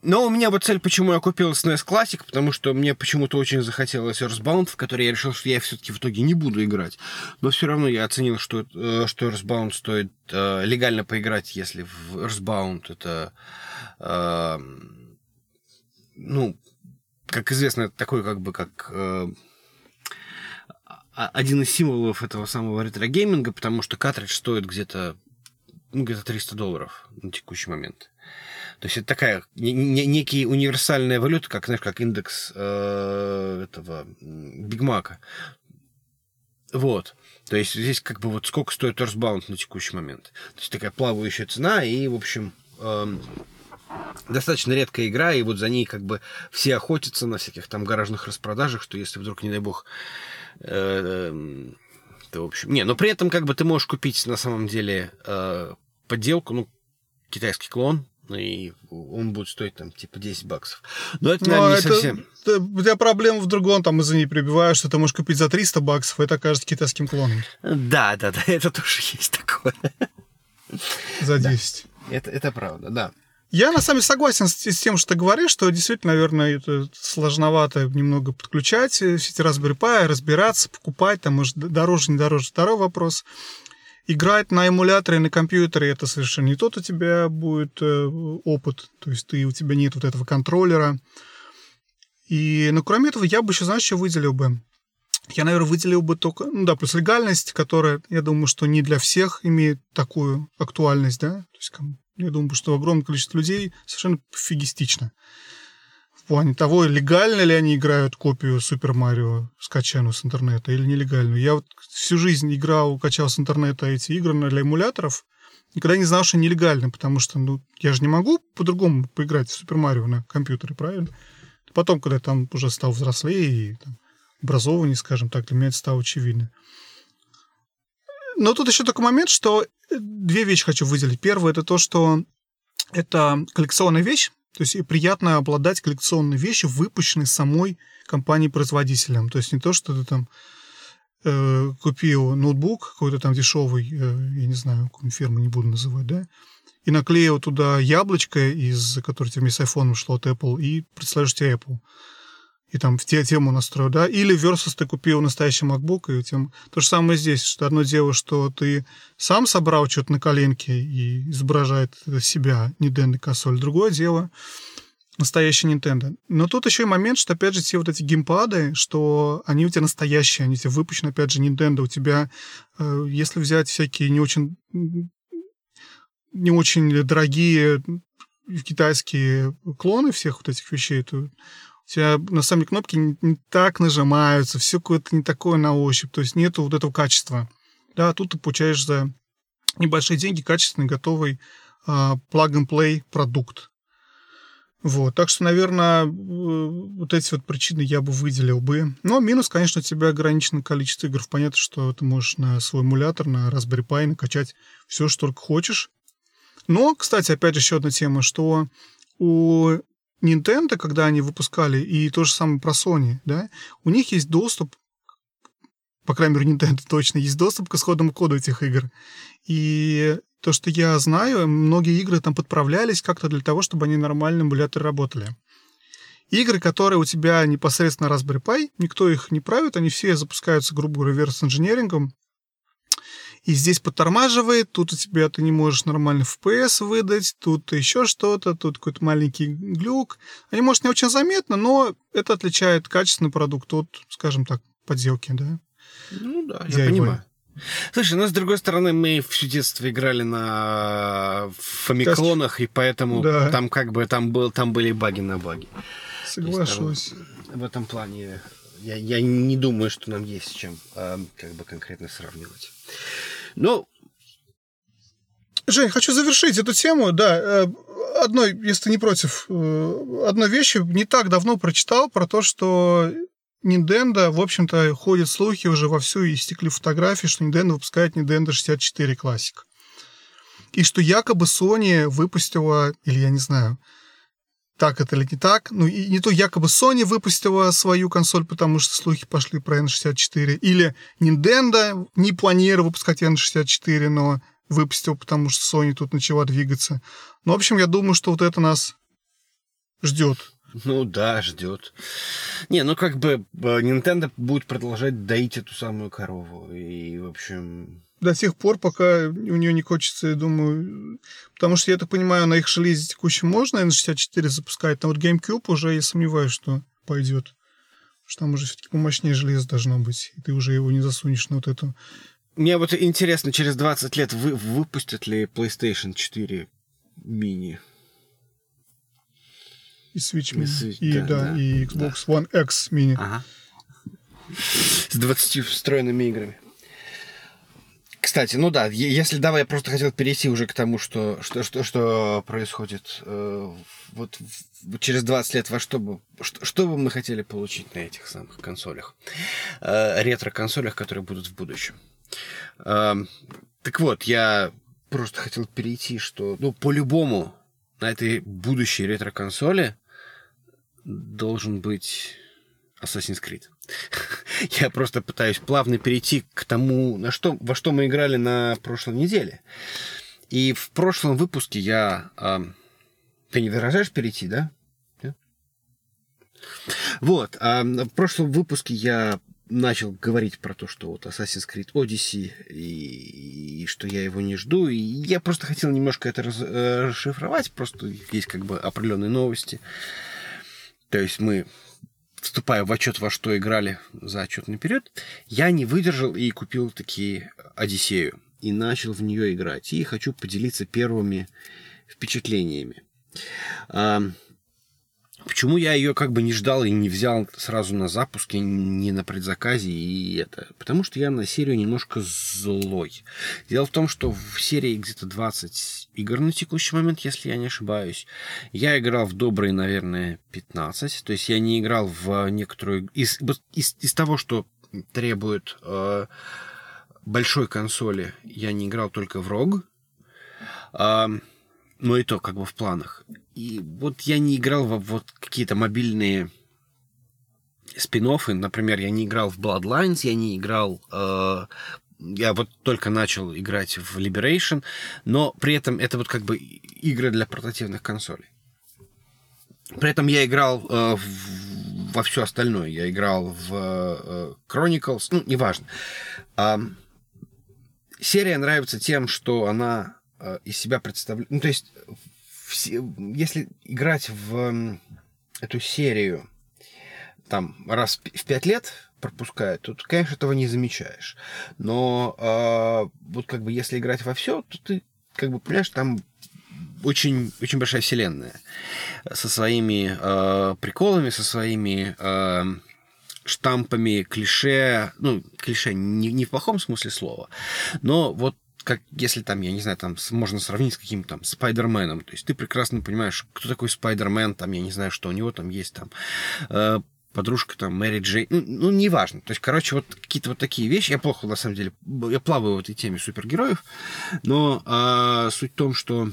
Но у меня вот цель, почему я купил эс эн и эс Classic, потому что мне почему-то очень захотелось Earthbound, в который я решил, что я все-таки в итоге не буду играть. Но все равно я оценил, что, что Earthbound стоит э, легально поиграть, если в Earthbound это, э, ну, как известно, это такой как бы как... Э, один из символов этого самого ретро-гейминга, потому что картридж стоит где-то, ну, где-то триста долларов на текущий момент. То есть это такая не, не, некий универсальная валюта, как, знаешь, как индекс э, этого Биг Мака. Вот. То есть здесь как бы вот сколько стоит Earthbound на текущий момент. То есть такая плавающая цена, и, в общем, э, достаточно редкая игра, и вот за ней как бы все охотятся на всяких там гаражных распродажах, что если вдруг, не дай бог, э, э, то, в общем... Не, но при этом как бы ты можешь купить на самом деле э, подделку, ну, китайский клон, и он будет стоить там типа десять баксов. Но это, наверное, Но не это, совсем... это, у тебя проблема в другом, там, извини, перебиваю, что ты можешь купить за триста баксов, это окажется китайским клоном. Да, да, да, это тоже есть такое. За десять. Да, это, это правда, да. Я, на самом деле, согласен с, с тем, что ты говоришь, что действительно, наверное, это сложновато немного подключать все эти Raspberry Pi, разбираться, покупать, там, может, дороже, не дороже. Второй вопрос. Играть на эмуляторе, на компьютере, это совершенно не тот у тебя будет э, опыт. То есть ты, у тебя нет вот этого контроллера. И, ну, кроме этого, я бы еще, знаешь, что выделил бы? Я, наверное, выделил бы только... Ну да, плюс легальность, которая, я думаю, что не для всех имеет такую актуальность, да? То есть, я думаю, что огромное количество людей совершенно пофигистично. В плане того, легально ли они играют копию Супер Марио, скачанную с интернета, или нелегальную. Я вот всю жизнь играл, качал с интернета эти игры для эмуляторов, никогда не знал, что нелегально, потому что, ну, я же не могу по-другому поиграть в Супер Марио на компьютере, правильно? Потом, когда я там уже стал взрослее и там, образованнее, скажем так, для меня это стало очевидно. Но тут еще такой момент, что две вещи хочу выделить. Первое, это то, что это коллекционная вещь, то есть и приятно обладать коллекционной вещью, выпущенной самой компанией-производителем. То есть не то, что ты там э, купил ноутбук какой-то там дешевый, э, я не знаю, какую фирму не буду называть, да, и наклеил туда яблочко, из которой тебе вместе с айфоном шло от Apple, и представляешь тебе Apple. И там в те тему настроил, да. Или versus ты купил настоящий MacBook, и тем... То же самое здесь, что одно дело, что ты сам собрал что-то на коленке и изображает себя Nintendo консоль. Другое дело настоящий Nintendo. Но тут еще и момент, что, опять же, все вот эти геймпады, что они у тебя настоящие, они у тебя выпущены, опять же, Nintendo. У тебя, э, если взять всякие не очень, не очень дорогие китайские клоны всех вот этих вещей, то у тебя на самом деле кнопки не, не так нажимаются, все какое-то не такое на ощупь, то есть нету вот этого качества. Да, а тут ты получаешь за небольшие деньги качественный, готовый а, plug-and-play продукт. Вот, так что, наверное, вот эти вот причины я бы выделил бы. Но минус, конечно, у тебя ограниченное количество игр. Понятно, что ты можешь на свой эмулятор, на Raspberry Pi накачать все, что только хочешь. Но, кстати, опять же, еще одна тема, что у Nintendo, когда они выпускали, и то же самое про Sony, да, у них есть доступ, по крайней мере, у Nintendo точно есть доступ к исходному коду этих игр. И то, что я знаю, многие игры там подправлялись как-то для того, чтобы они нормально в эмуляторе работали. Игры, которые у тебя непосредственно Raspberry Pi, никто их не правит, они все запускаются, грубо говоря, реверс-инженерингом. И здесь подтормаживает, тут у тебя ты не можешь нормально эф пи эс выдать, тут еще что-то, тут какой-то маленький глюк. Они, может, не очень заметно, но это отличает качественный продукт от, скажем так, подделки, да? Ну да, я понимаю. Слушай, ну, с другой стороны, мы все детство играли на фамиклонах, и поэтому да. там как бы там, был, там были баги на баги. Соглашусь. Там, в этом плане я, я не думаю, что нам есть с чем а, как бы конкретно сравнивать. Ну, Жень, хочу завершить эту тему. Да, одной, если ты не против, одной вещи не так давно прочитал про то, что Nintendo, в общем-то, ходят слухи уже вовсю и стекли фотографии, что Nintendo выпускает Nintendo шестьдесят четыре Classic. И что якобы Sony выпустила, или я не знаю, так это или не так, ну и не то якобы Sony выпустила свою консоль, потому что слухи пошли про эн шестьдесят четыре, или Nintendo не планировала выпускать эн шестьдесят четыре, но выпустил, потому что Sony тут начала двигаться. Ну, в общем, я думаю, что вот это нас ждет. Ну да, ждет. Не, ну как бы Nintendo будет продолжать доить эту самую корову. И, в общем... До тех пор, пока у нее не хочется, я думаю... Потому что, я так понимаю, на их железе текущем можно эн шестьдесят четыре запускать, но вот GameCube уже я сомневаюсь, что пойдет. Потому что там уже все-таки помощнее железо должно быть. И ты уже его не засунешь на вот эту... Мне вот интересно, через двадцать лет вы, выпустят ли PlayStation четыре мини? И Switch Mini, Switch, и, да, да, да, и Xbox да. One X Mini. Ага. С двадцатью встроенными играми. Кстати, ну да, если давай я просто хотел перейти уже к тому, что, что, что, что происходит э, вот в, через двадцать лет, во что бы, что, что бы мы хотели получить на этих самых консолях, э, ретро-консолях, которые будут в будущем. Э, так вот, я просто хотел перейти, что, ну, по-любому на этой будущей ретро-консоли должен быть Assassin's Creed. Я просто пытаюсь плавно перейти к тому, на что, во что мы играли на прошлой неделе. И в прошлом выпуске я... Э, ты не дорожаешь перейти, да? да? Вот. А в прошлом выпуске я начал говорить про то, что вот Assassin's Creed Odyssey, и, и что я его не жду. И я просто хотел немножко это раз, э, расшифровать. Просто есть как бы определенные новости. То есть мы... вступая в отчет, во что играли за отчетный период, я не выдержал и купил таки Одиссею. И начал в нее играть. И хочу поделиться первыми впечатлениями. А, почему я ее как бы не ждал и не взял сразу на запуске, не на предзаказе и это? Потому что я на серию немножко злой. Дело в том, что в серии где-то двадцать игр на текущий момент, если я не ошибаюсь. Я играл в добрые, наверное, пятнадцать. То есть я не играл в некоторую... Из, из, из того, что требует э, большой консоли, я не играл только в рог. Э, но и то как бы в планах. И вот я не играл во вот какие-то мобильные спин-оффы. Например, я не играл в Bloodlines, я не играл... Э, я вот только начал играть в Liberation, но при этом это вот как бы игры для портативных консолей. При этом я играл э, в, во все остальное. Я играл в э, Chronicles, ну, неважно. А, серия нравится тем, что она э, из себя представляет... Ну, то есть, все, если играть в э, эту серию там раз в пять лет пропускают, то ты, конечно, этого не замечаешь. Но э, вот как бы если играть во все, то ты как бы понимаешь, там очень, очень большая вселенная со своими э, приколами, со своими э, штампами, клише. Ну, клише не, не в плохом смысле слова, но вот как если там, я не знаю, там можно сравнить с каким-то там Спайдерменом. То есть ты прекрасно понимаешь, кто такой Спайдермен, там, я не знаю, что у него там есть там э, подружка там Мэри Джейн, ну, ну, неважно. То есть, короче, вот какие-то вот такие вещи. Я плохо, на самом деле, я плаваю в этой теме супергероев, но э, суть в том, что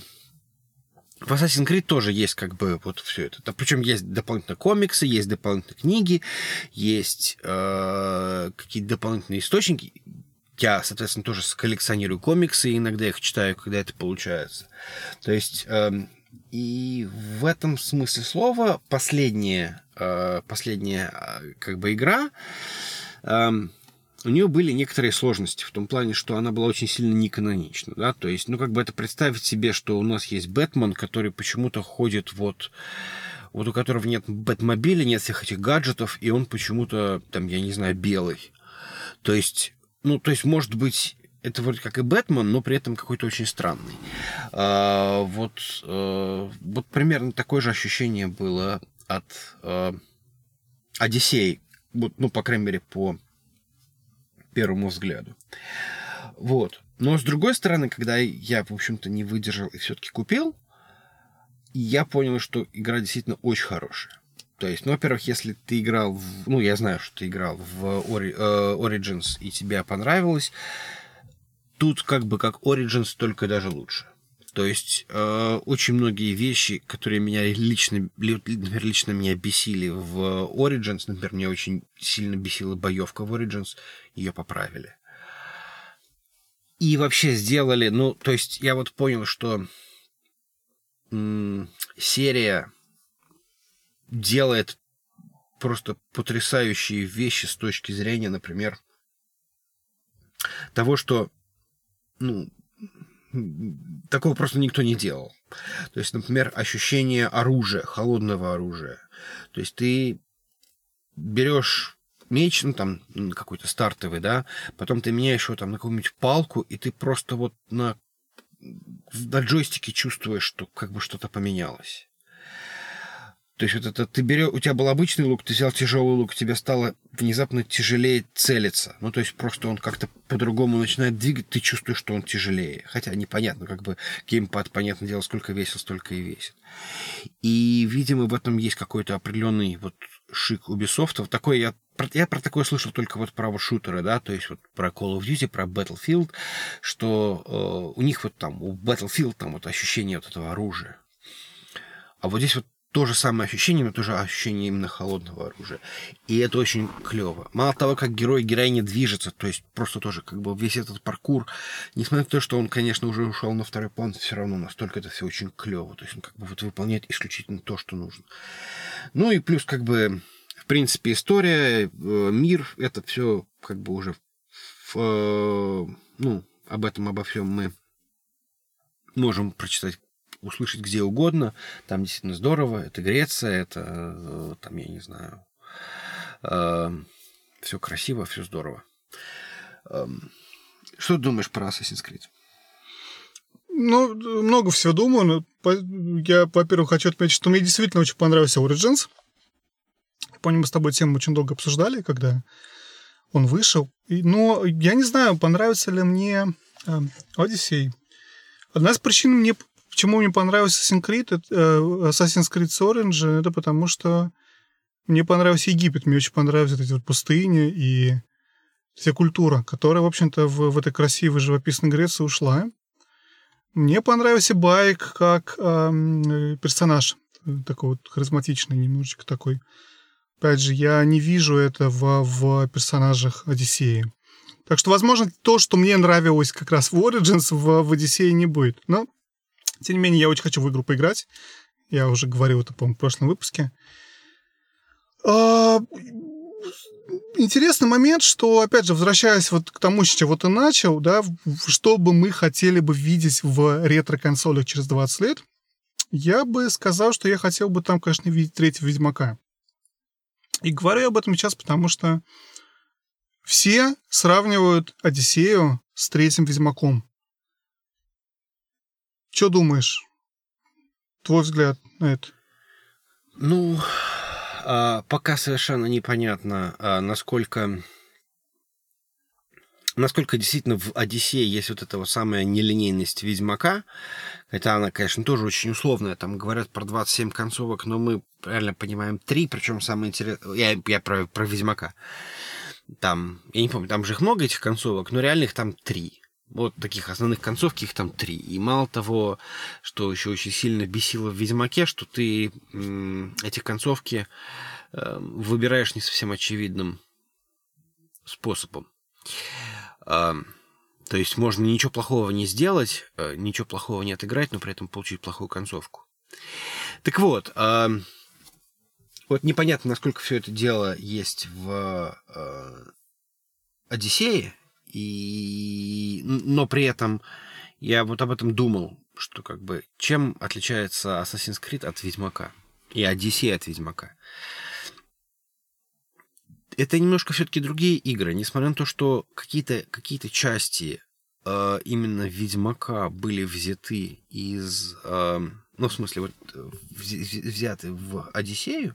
в Assassin's Creed тоже есть как бы вот все это. Причем есть дополнительные комиксы, есть дополнительные книги, есть э, какие-то дополнительные источники. Я, соответственно, тоже коллекционирую комиксы, и иногда их читаю, когда это получается. То есть, э, и в этом смысле слова последняя, э, последняя э, как бы игра, э, у нее были некоторые сложности в том плане, что она была очень сильно неканонична, да, то есть, ну, как бы это представить себе, что у нас есть Бэтмен, который почему-то ходит вот, вот у которого нет Бэтмобиля, нет всех этих гаджетов, и он почему-то, там, я не знаю, белый. То есть, ну, то есть, может быть, это вроде как и Бэтмен, но при этом какой-то очень странный. А, вот, а, вот примерно такое же ощущение было от а, Одиссеи, вот, ну, по крайней мере, по первому взгляду. Вот. Но, с другой стороны, когда я, в общем-то, не выдержал и все-таки купил, я понял, что игра действительно очень хорошая. То есть, ну, во-первых, если ты играл в... Ну, я знаю, что ты играл в Ori, э, Origins и тебе понравилось, тут как бы как Origins, только даже лучше. То есть, э, очень многие вещи, которые меня лично, например, лично меня бесили в Origins, например, меня очень сильно бесила боевка в Origins, ее поправили. И вообще сделали... Ну, то есть, я вот понял, что м- серия... делает просто потрясающие вещи с точки зрения, например, того, что, ну, такого просто никто не делал. То есть, например, ощущение оружия, холодного оружия. То есть ты берешь меч, ну, там, какой-то стартовый, да, потом ты меняешь его там на какую-нибудь палку, и ты просто вот на, на джойстике чувствуешь, что как бы что-то поменялось. То есть вот это ты берешь, у тебя был обычный лук, ты взял тяжелый лук, тебе стало внезапно тяжелее целиться. Ну, то есть просто он как-то по-другому начинает двигать, ты чувствуешь, что он тяжелее. Хотя непонятно, как бы геймпад, понятное дело, сколько весил, столько и весит. И, видимо, в этом есть какой-то определенный вот шик Ubisoft. Вот такой я, я про такое слышал только вот про шутеры, да, то есть вот про Call of Duty, про Battlefield, что э, у них вот там, у Battlefield там вот ощущение вот этого оружия. А вот здесь вот то же самое ощущение, но тоже ощущение именно холодного оружия. И это очень клево. Мало того, как герой, героиня движется, то есть просто тоже как бы весь этот паркур, несмотря на то, что он, конечно, уже ушел на второй план, все равно настолько это все очень клево. То есть он как бы вот выполняет исключительно то, что нужно. Ну и плюс как бы, в принципе, история, мир, это все как бы уже в, ну, об этом, обо всем мы можем прочитать, услышать где угодно. Там действительно здорово. Это Греция, это там, я не знаю, э, все красиво, все здорово. Э, что ты думаешь про Assassin's Creed? Ну, много всего думаю. Но я, во-первых, хочу отметить, что мне действительно очень понравился Origins. Помню, мы с тобой тему очень долго обсуждали, когда он вышел. И, но я не знаю, понравится ли мне э, Odyssey. Одна из причин, мне, почему мне понравился Assassin's Creed, это, э, Assassin's Creed Origins, это потому что мне понравился Египет, мне очень понравились эти вот пустыни и вся культура, которая, в общем-то, в, в этой красивой живописной Греции ушла. Мне понравился Байк как э, персонаж, такой вот харизматичный немножечко такой. Опять же, я не вижу это в, в персонажах Одиссеи. Так что, возможно, то, что мне нравилось как раз в Origins, в, в Одиссее не будет. Но, тем не менее, я очень хочу в игру поиграть. Я уже говорил это, по-моему, в прошлом выпуске. А, интересный момент, что, опять же, возвращаясь вот к тому, с чего ты начал, да, что бы мы хотели бы видеть в ретро-консолях через двадцать лет, я бы сказал, что я хотел бы там, конечно, видеть третьего Ведьмака. И говорю об этом сейчас, потому что все сравнивают Одиссею с третьим Ведьмаком. Что думаешь? Твой взгляд на это? Ну, пока совершенно непонятно, насколько, насколько действительно в Одиссее есть вот эта вот самая нелинейность Ведьмака. Хотя она, конечно, тоже очень условная. Там говорят про двадцать семь концовок, но мы реально понимаем три. Причем самое интересное... Я, я про, про Ведьмака. Там, я не помню, там же их много, этих концовок, но реально их там три. Вот таких основных концовки их там три. И мало того, что еще очень сильно бесило в Ведьмаке, что ты м, эти концовки э, выбираешь не совсем очевидным способом. Э, то есть можно ничего плохого не сделать, э, ничего плохого не отыграть, но при этом получить плохую концовку. Так вот, э, вот непонятно, насколько все это дело есть в э, Одиссее, и... но при этом я вот об этом думал, что как бы чем отличается Assassin's Creed от Ведьмака и Одиссея от Ведьмака. Это немножко все-таки другие игры, несмотря на то, что какие-то, какие-то части э, именно Ведьмака были взяты из... Э, ну, в смысле, вот взяты в Одиссею,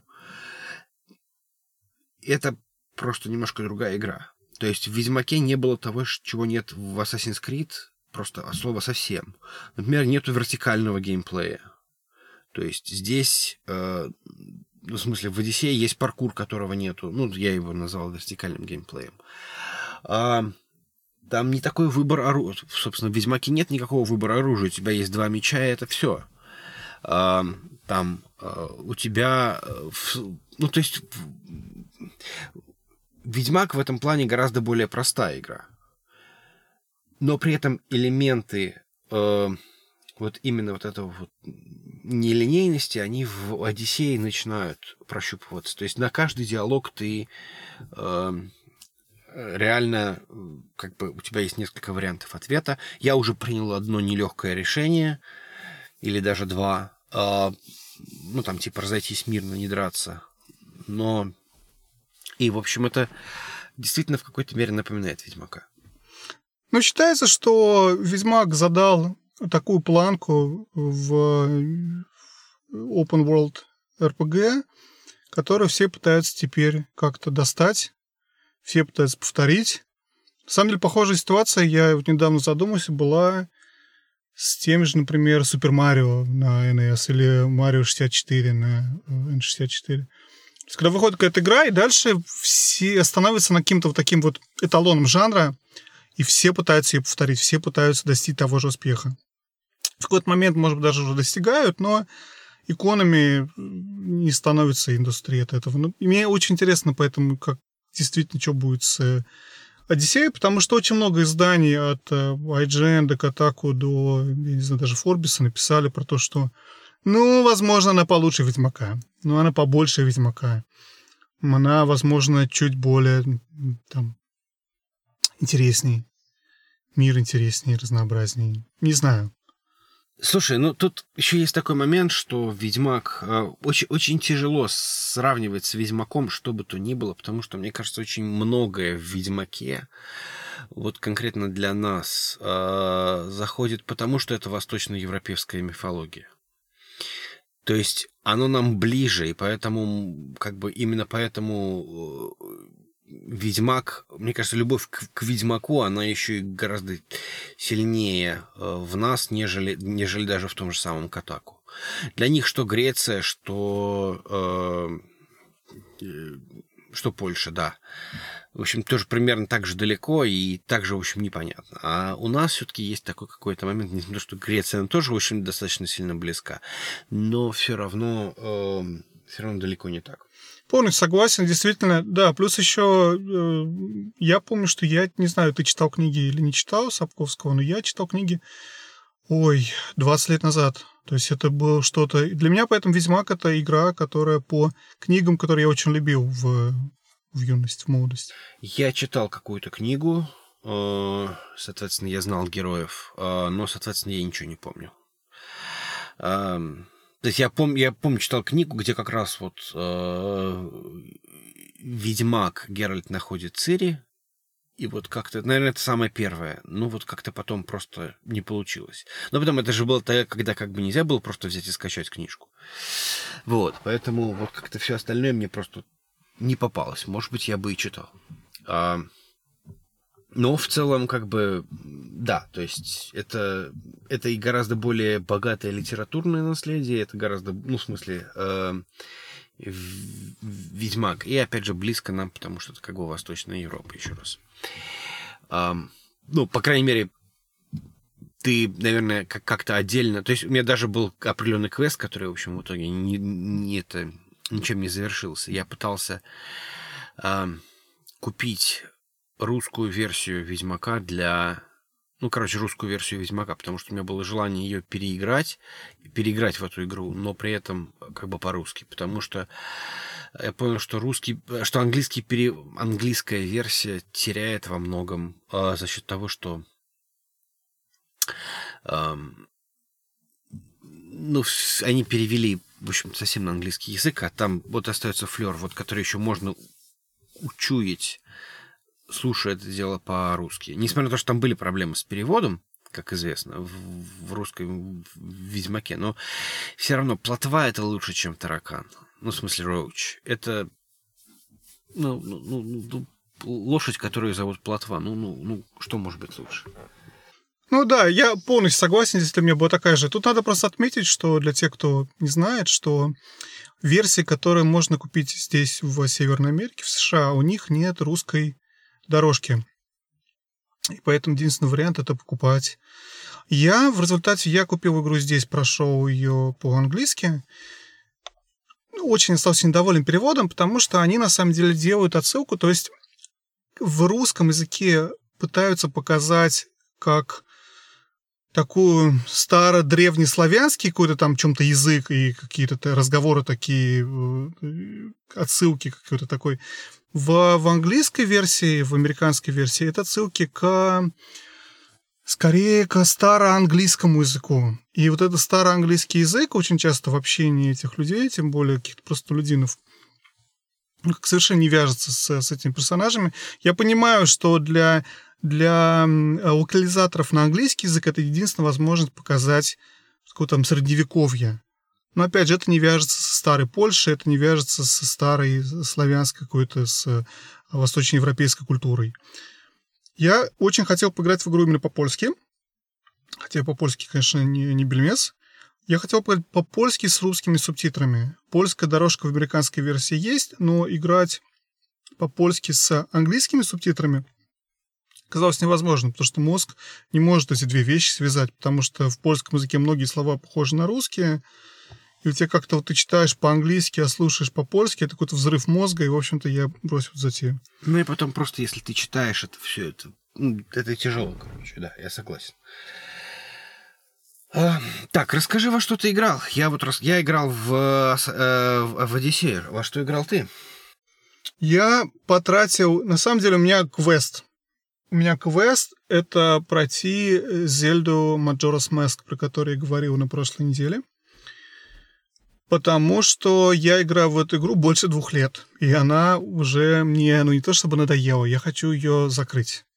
это просто немножко другая игра. То есть в Ведьмаке не было того, чего нет в Assassin's Creed, просто от слова совсем. Например, нету вертикального геймплея. То есть здесь, э, в смысле, в Одиссее есть паркур, которого нету. Ну, я его назвал вертикальным геймплеем. А, там не такой выбор оружия. Собственно, в Ведьмаке нет никакого выбора оружия. У тебя есть два меча, и это все. А, там а, у тебя... Ну, то есть... Ведьмак в этом плане гораздо более простая игра. Но при этом элементы э, вот именно вот этого вот нелинейности, они в Одиссее начинают прощупываться. То есть на каждый диалог ты э, реально, как бы у тебя есть несколько вариантов ответа. Я уже принял одно нелегкое решение, или даже два. Э, ну, там, типа, разойтись мирно, не драться. Но... И, в общем, это действительно в какой-то мере напоминает Ведьмака. Ну, считается, что Ведьмак задал такую планку в Open World эр пи джи, которую все пытаются теперь как-то достать, все пытаются повторить. На самом деле, похожая ситуация, я вот недавно задумался, была с теми же, например, Super Mario на эн эс или Mario шестьдесят четыре на эн шестьдесят четыре. То есть, когда выходит какая-то игра, и дальше все становятся на каким-то вот таким вот эталоном жанра, и все пытаются ее повторить, все пытаются достичь того же успеха. В какой-то момент, может быть, даже уже достигают, но иконами не становится индустрия от этого. Ну, и мне очень интересно поэтому, как действительно, что будет с Одиссеей, потому что очень много изданий от ай джи эн до Kotaku до, я не знаю, даже Форбиса написали про то, что, ну, возможно, она получше Ведьмака, но она побольше Ведьмака. Она, возможно, чуть более там интересней. Мир интереснее, разнообразнее. Не знаю. Слушай, ну тут еще есть такой момент, что Ведьмак э, очень, очень тяжело сравнивать с Ведьмаком, что бы то ни было, потому что, мне кажется, очень многое в Ведьмаке, вот конкретно для нас, э, заходит потому, что это восточноевропейская мифология. То есть оно нам ближе, и поэтому, как бы именно поэтому Ведьмак, мне кажется, любовь к, к Ведьмаку, она еще и гораздо сильнее в нас, нежели, нежели даже в том же самом Kotaku. Для них что Греция, что, э, что Польша, да. В общем, тоже примерно так же далеко и так же, в общем, непонятно. А у нас все-таки есть такой какой-то момент, несмотря на то, что Греция она тоже, в общем, достаточно сильно близка, но все равно, э, все равно далеко не так. Полностью согласен, действительно, да. Плюс еще э, я помню, что я, не знаю, ты читал книги или не читал Сапковского, но я читал книги, ой, двадцать лет назад. То есть это было что-то... Для меня поэтому Ведьмак — это игра, которая по книгам, которые я очень любил в, в юности, в молодости. Я читал какую-то книгу, э, соответственно, я знал героев, э, но, соответственно, я ничего не помню. Э, То есть я, пом- я помню, читал книгу, где как раз вот э- Ведьмак Геральт находит Цири, и вот как-то, наверное, это самое первое, ну вот как-то потом просто не получилось. Но потом это же было тогда, когда как бы нельзя было просто взять и скачать книжку. Вот, поэтому вот как-то все остальное мне просто не попалось. Может быть, я бы и читал. А- Но в целом, как бы, да, то есть это, это и гораздо более богатое литературное наследие, это гораздо, ну, в смысле, э, Ведьмак. И, опять же, близко нам, потому что это как бы Восточная Европа, еще раз. А, ну, по крайней мере, ты, наверное, как- как-то отдельно... То есть у меня даже был определенный квест, который, в общем, в итоге не, не это, ничем не завершился. Я пытался а, купить... русскую версию Ведьмака для... Ну, короче, русскую версию Ведьмака, потому что у меня было желание ее переиграть, переиграть в эту игру, но при этом как бы по-русски, потому что я понял, что русский, что английский пере... английская версия теряет во многом э, за счет того, что э, ну, они перевели, в общем, совсем на английский язык, а там вот остается флер, вот, который еще можно учуять, слушая это дело по-русски. Несмотря на то, что там были проблемы с переводом, как известно, в, в русском в Ведьмаке, но все равно плотва — это лучше, чем таракан. Ну, в смысле, роуч. Это ну, ну, ну, ну, лошадь, которую зовут плотва. Ну, ну, ну, что может быть лучше? Ну да, я полностью согласен, если у меня была такая же. Тут надо просто отметить, что для тех, кто не знает, что версии, которые можно купить здесь, в Северной Америке, в США, у них нет русской дорожки. И поэтому единственный вариант — это покупать. Я в результате, я купил игру здесь, прошел ее по-английски. Очень остался недоволен переводом, потому что они на самом деле делают отсылку, то есть в русском языке пытаются показать, как такую старо-древнеславянский какой-то там чем-то язык и какие-то разговоры такие, отсылки какой-то такой. В, в английской версии, в американской версии это отсылки к скорее к староанглийскому языку. И вот этот староанглийский язык очень часто в общении этих людей, тем более каких-то простолюдинов, совершенно не вяжется с, с этими персонажами. Я понимаю, что для... Для локализаторов на английский язык это единственная возможность показать какое-то там средневековье. Но, опять же, это не вяжется со старой Польшей, это не вяжется со старой славянской какой-то, с восточноевропейской культурой. Я очень хотел поиграть в игру именно по-польски. Хотя по-польски, конечно, не, не бельмес. Я хотел поиграть по-польски с русскими субтитрами. Польская дорожка в американской версии есть, но играть по-польски с английскими субтитрами казалось невозможно, потому что мозг не может эти две вещи связать, потому что в польском языке многие слова похожи на русские, и у тебя как-то вот ты читаешь по-английски, а слушаешь по-польски, это какой-то взрыв мозга, и, в общем-то, я бросил затею. Ну и потом просто, если ты читаешь это все, это, это тяжело, короче, да, я согласен. А, так, расскажи, во что ты играл. Я вот раз, я играл в, э, в Одиссею. Во что играл ты? Я потратил... На самом деле у меня квест. У меня квест — это пройти Зельду Majora's Mask, про которую я говорил на прошлой неделе. Потому что я играю в эту игру больше двух лет. И она уже мне, ну не то чтобы надоела, я хочу ее закрыть.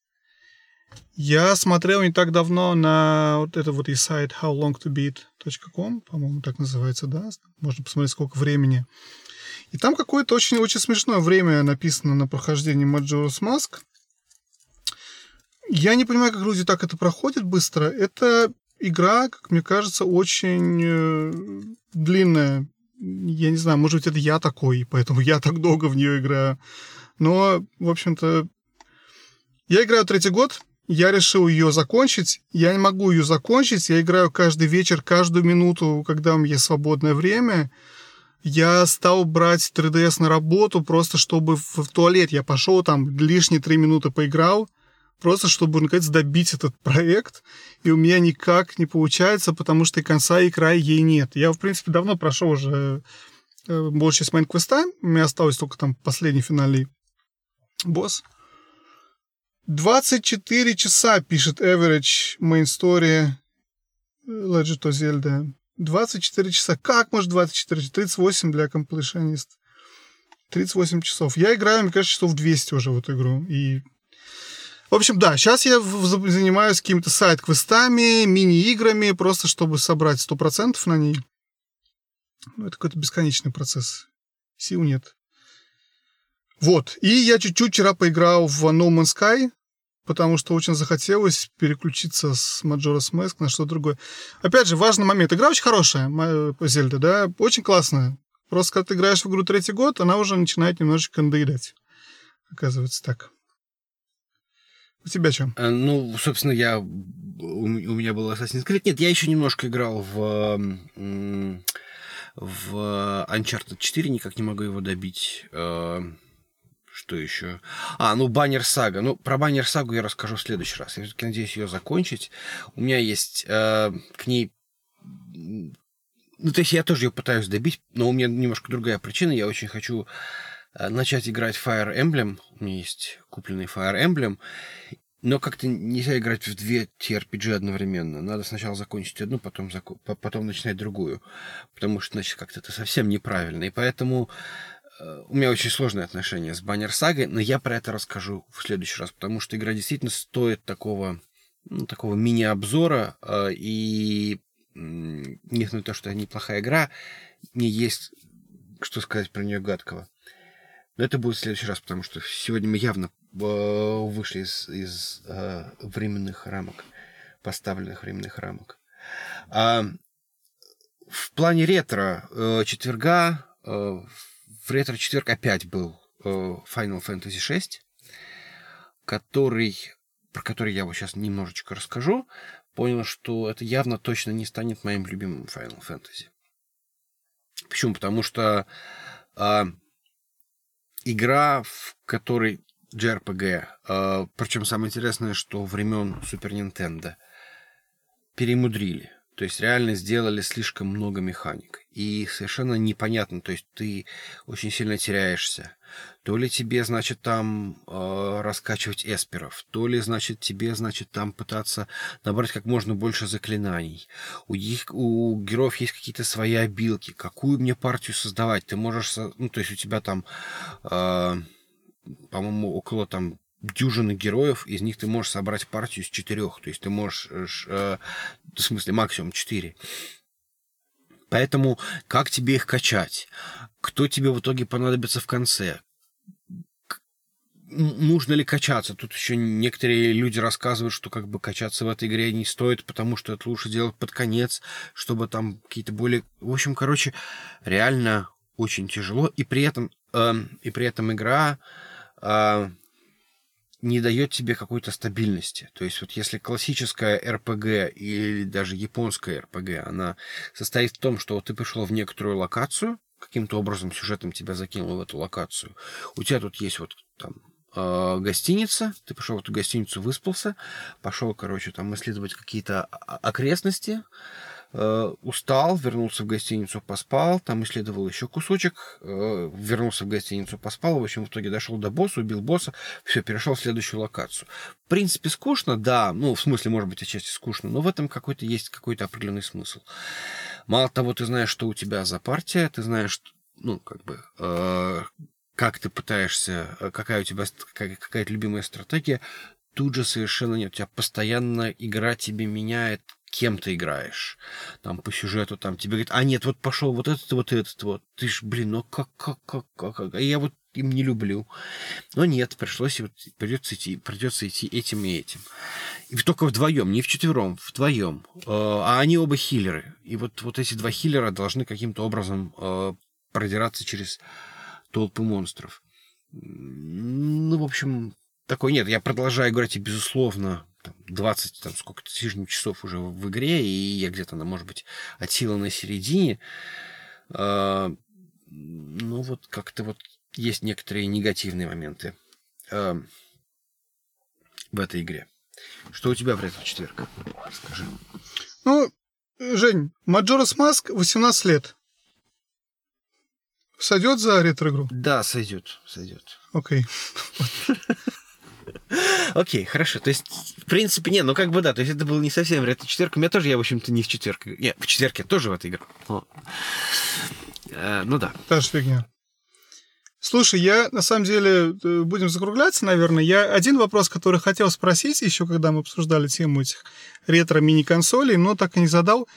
Я смотрел не так давно на вот это вот и сайт how long to beat точка com, по-моему, так называется, да? Можно посмотреть, сколько времени. И там какое-то очень-очень смешное время написано на прохождении Majora's Mask. Я не понимаю, как люди так это проходят быстро. Это игра, как мне кажется, очень э, длинная. Я не знаю, может быть, это я такой, поэтому я так долго в нее играю. Но, в общем-то, я играю третий год, я решил ее закончить. Я не могу ее закончить. Я играю каждый вечер, каждую минуту, когда у меня есть свободное время. Я стал брать три ди эс на работу, просто чтобы в, в туалет я пошел, там лишние три минуты поиграл. Просто чтобы, наконец, добить этот проект. И у меня никак не получается, потому что и конца, и края ей нет. Я, в принципе, давно прошел уже э, большую часть мейн-квеста. У меня осталось только там последний финальный босс. двадцать четыре часа пишет average main story Legend of Zelda. двадцать четыре часа. Как может двадцать четыре часа? тридцать восемь для completionist. тридцать восемь часов. Я играю, мне кажется, часов двести уже в эту игру. И... В общем, да, сейчас я занимаюсь какими-то сайт-квестами, мини-играми, просто чтобы собрать сто процентов на ней. Ну, это какой-то бесконечный процесс. Сил нет. Вот. И я чуть-чуть вчера поиграл в No Man's Sky, потому что очень захотелось переключиться с Majora's Mask на что-то другое. Опять же, важный момент. Игра очень хорошая, Зельда, да, очень классная. Просто когда ты играешь в игру третий год, она уже начинает немножечко надоедать. Оказывается так. У тебя что? А, ну, собственно, я... У, у меня был Assassin's Creed. Нет, я еще немножко играл в... В Uncharted четыре, никак не могу его добить. Что еще? А, ну, Баннер Сага. Ну, про Баннер Сагу я расскажу в следующий раз. Я все-таки надеюсь ее закончить. У меня есть э, к ней... Ну, то есть я тоже ее пытаюсь добить, но у меня немножко другая причина. Я очень хочу э, начать играть Fire Emblem. У меня есть купленный Fire Emblem. Но как-то нельзя играть в две ти ар пи джи одновременно. Надо сначала закончить одну, потом, зако... потом начинать другую. Потому что, значит, как-то это совсем неправильно. И поэтому... У меня очень сложные отношения с Баннер Сагой, но я про это расскажу в следующий раз, потому что игра действительно стоит такого, ну, такого мини-обзора, и несмотря на то, что это неплохая игра, мне есть что сказать про нее гадкого. Но это будет в следующий раз, потому что сегодня мы явно вышли из, из временных рамок, поставленных временных рамок. А в плане ретро четверга... В ретро-четверг опять был э, Final Fantasy шесть, который, про который я вот сейчас немножечко расскажу. Понял, что это явно точно не станет моим любимым Final Fantasy. Почему? Потому что э, игра, в которой джей ар пи джи, э, причем самое интересное, что времен Супер Нинтендо, перемудрили. То есть реально сделали слишком много механик. И совершенно непонятно, то есть ты очень сильно теряешься. То ли тебе, значит, там э, раскачивать эсперов, то ли, значит, тебе, значит, там пытаться набрать как можно больше заклинаний. У, их, у героев есть какие-то свои обилки. Какую мне партию создавать? Ты можешь... Ну, то есть у тебя там, э, по-моему, около там дюжины героев, из них ты можешь собрать партию из четырех. То есть ты можешь... Э, в смысле, максимум четыре. Поэтому как тебе их качать? Кто тебе в итоге понадобится в конце? Нужно ли качаться? Тут еще некоторые люди рассказывают, что как бы качаться в этой игре не стоит, потому что это лучше делать под конец, чтобы там какие-то более... В общем, короче, реально очень тяжело. И при этом, э, и при этом игра... Э, не дает тебе какой-то стабильности. То есть вот если классическая эр пи джи или даже японская эр пи джи, она состоит в том, что вот ты пришел в некоторую локацию, каким-то образом сюжетом тебя закинул в эту локацию, у тебя тут есть вот там э, гостиница, ты пришел в эту гостиницу, выспался, пошел, короче, там исследовать какие-то окрестности, Uh, устал, вернулся в гостиницу, поспал, там исследовал еще кусочек, uh, вернулся в гостиницу, поспал, в общем, в итоге дошел до босса, убил босса, все, перешел в следующую локацию. В принципе, скучно, да, ну, в смысле, может быть, отчасти скучно, но в этом какой-то есть какой-то определенный смысл. Мало того, ты знаешь, что у тебя за партия, ты знаешь, ну, как бы, uh, как ты пытаешься, какая у тебя какая-то любимая стратегия, тут же совершенно нет, у тебя постоянно игра тебе меняет, кем ты играешь. Там по сюжету там тебе говорят, а нет, вот пошел вот этот, вот этот, вот. Ты ж, блин, ну как, как, как, как, как? А я вот им не люблю. Но нет, пришлось, вот, придется идти, придется идти этим и этим. И только вдвоем, не вчетвером, вдвоем. А они оба хиллеры. И вот, вот эти два хиллера должны каким-то образом продираться через толпы монстров. Ну, в общем, такой нет. Я продолжаю играть, и, безусловно, двадцать, там, сколько-то с лишним часов уже в игре, и я где-то, может быть, от силы на середине. А, ну, вот как-то вот есть некоторые негативные моменты а, в этой игре. Что у тебя в этот четверг? Расскажи. Ну, Жень, Majora's Mask восемнадцать лет. Сойдет за ретро-игру? Да, сойдет, сойдет. Окей. Окей, хорошо. То есть, в принципе, не, ну как бы да, то есть это был не совсем ретро-четверг. У меня тоже, я, в общем-то, не в четверг. Не, в четверг я тоже в этой игре. Но... Э, ну да. Та же фигня. Слушай, я, на самом деле, будем закругляться, наверное. Я один вопрос, который хотел спросить еще, когда мы обсуждали тему этих ретро-мини-консолей, но так и не задал.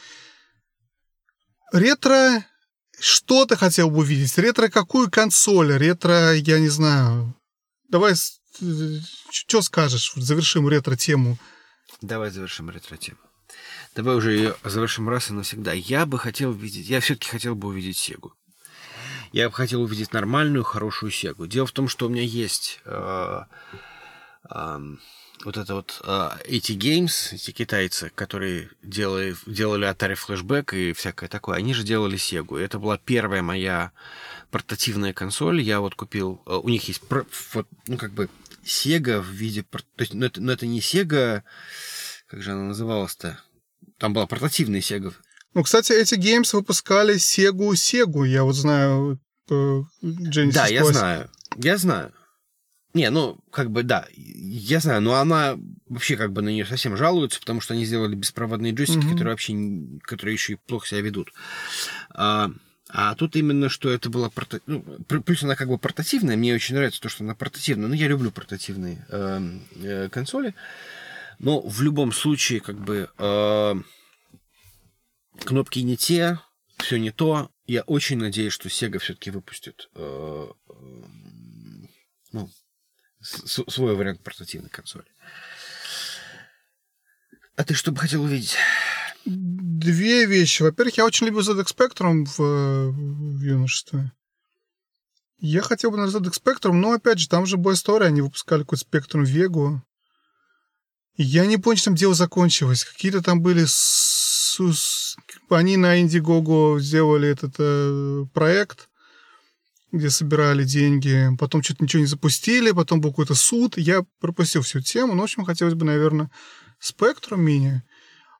Ретро... Что ты хотел бы увидеть? Ретро какую консоль? Ретро, я не знаю. Давай, что скажешь? Завершим ретро-тему. Давай завершим ретро-тему. Давай уже ее завершим раз и навсегда. Я бы хотел видеть... Я все-таки хотел бы увидеть Сегу. Я бы хотел увидеть нормальную, хорошую Сегу. Дело в том, что у меня есть... Э, э, вот это вот uh, эй ти Games, эти китайцы, которые делали, делали Atari Flashback и всякое такое, они же делали Сегу. Это была первая моя портативная консоль. Я вот купил... Uh, у них есть вот, ну, как бы Сега в виде... То есть, ну, это, ну, это не Сега... Как же она называлась-то? Там была портативная Сега. Ну, кстати, эти Games выпускали Сегу Сегу. Я вот знаю... Genesis да, я Classic. знаю. Я знаю. Не, ну, как бы, да, я знаю, но она вообще как бы на нее совсем жалуется, потому что они сделали беспроводные джойстики, mm-hmm. которые вообще, которые еще и плохо себя ведут. А, а тут именно, что это была... Порта... Ну, плюс она как бы портативная, мне очень нравится то, что она портативная, но я люблю портативные э, э, консоли, но в любом случае, как бы, э, кнопки не те, все не то. Я очень надеюсь, что Sega все-таки выпустит э, э, ну, свой вариант портативной консоли. А ты что бы хотел увидеть? Две вещи. Во-первых, я очень люблю зет икс Spectrum в, в юношестве. Я хотел бы на зет икс Spectrum, но, опять же, там же была история, они выпускали какой-то Spectrum Vega. И я не понял, что там дело закончилось. Какие-то там были... С... С... Они на Indiegogo сделали этот э, проект, где собирали деньги, потом что-то ничего не запустили, потом был какой-то суд, я пропустил всю тему, но, в общем, хотелось бы, наверное, Spectrum Mini.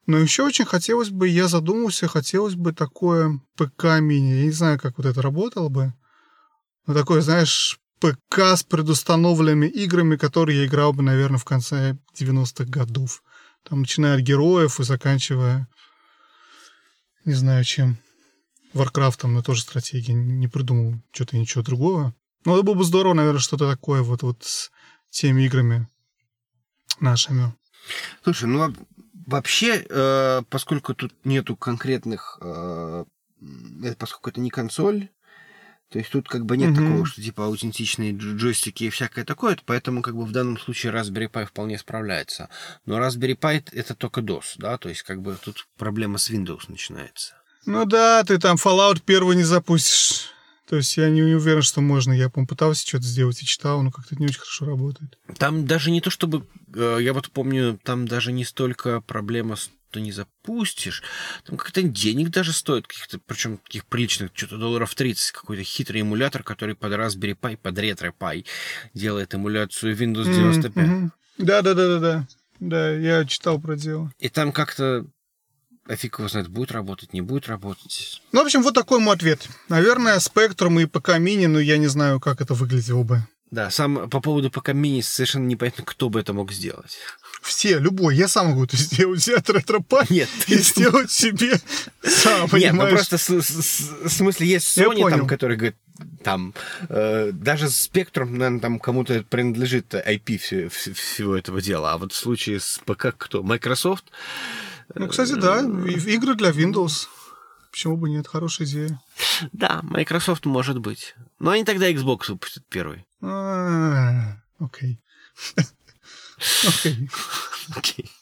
Но еще очень хотелось бы, я задумался, хотелось бы такое ПК-мини. Я не знаю, как вот это работало бы. Но такое, знаешь, ПК с предустановленными играми, которые я играл бы, наверное, в конце девяностых годов. Там, начиная от героев и заканчивая, не знаю чем, Варкрафтом, но тоже стратегии. Не придумал что-то ничего другого. Но это было бы здорово, наверное, что-то такое вот, вот с теми играми нашими. Слушай, ну вообще, э, поскольку тут нету конкретных, э, поскольку это не консоль, то есть тут как бы нет mm-hmm. такого, что типа аутентичные джойстики и всякое такое, поэтому как бы в данном случае Raspberry Pi вполне справляется. Но Raspberry Pi это только дос, да, то есть как бы тут проблема с Windows начинается. Ну да, ты там Fallout первый не запустишь. То есть я не уверен, что можно. Я, по-моему, пытался что-то сделать и читал, но как-то не очень хорошо работает. Там даже не то, чтобы... Я вот помню, там даже не столько проблема, что не запустишь. Там как-то денег даже стоит, каких-то, причем таких приличных, что-то долларов тридцать, какой-то хитрый эмулятор, который под Raspberry Pi, под Retro Pi делает эмуляцию Windows девяносто пять. Mm-hmm. Да-да-да-да-да. Да, я читал про дело. И там как-то... А фиг его знает, будет работать, не будет работать. Ну, в общем, вот такой мой ответ. Наверное, Spectrum и ПК Mini, но я не знаю, как это выглядело бы. Да, сам по поводу ПК Mini совершенно непонятно, кто бы это мог сделать. Все, любой. Я сам могу это сделать, взять ретро-пай Нет. и сделать себе сам, понимаешь? Нет, ну просто в смысле есть Sony, там, который говорит, там, э, даже Spectrum, наверное, там кому-то принадлежит ай пи все, всего этого дела. А вот в случае с ПК кто? Microsoft? Ну, кстати, да, игры для Windows. Почему бы нет? Хорошая идея. Да, Microsoft может быть. Но они тогда Xbox выпустят первый. Окей. Окей. Окей.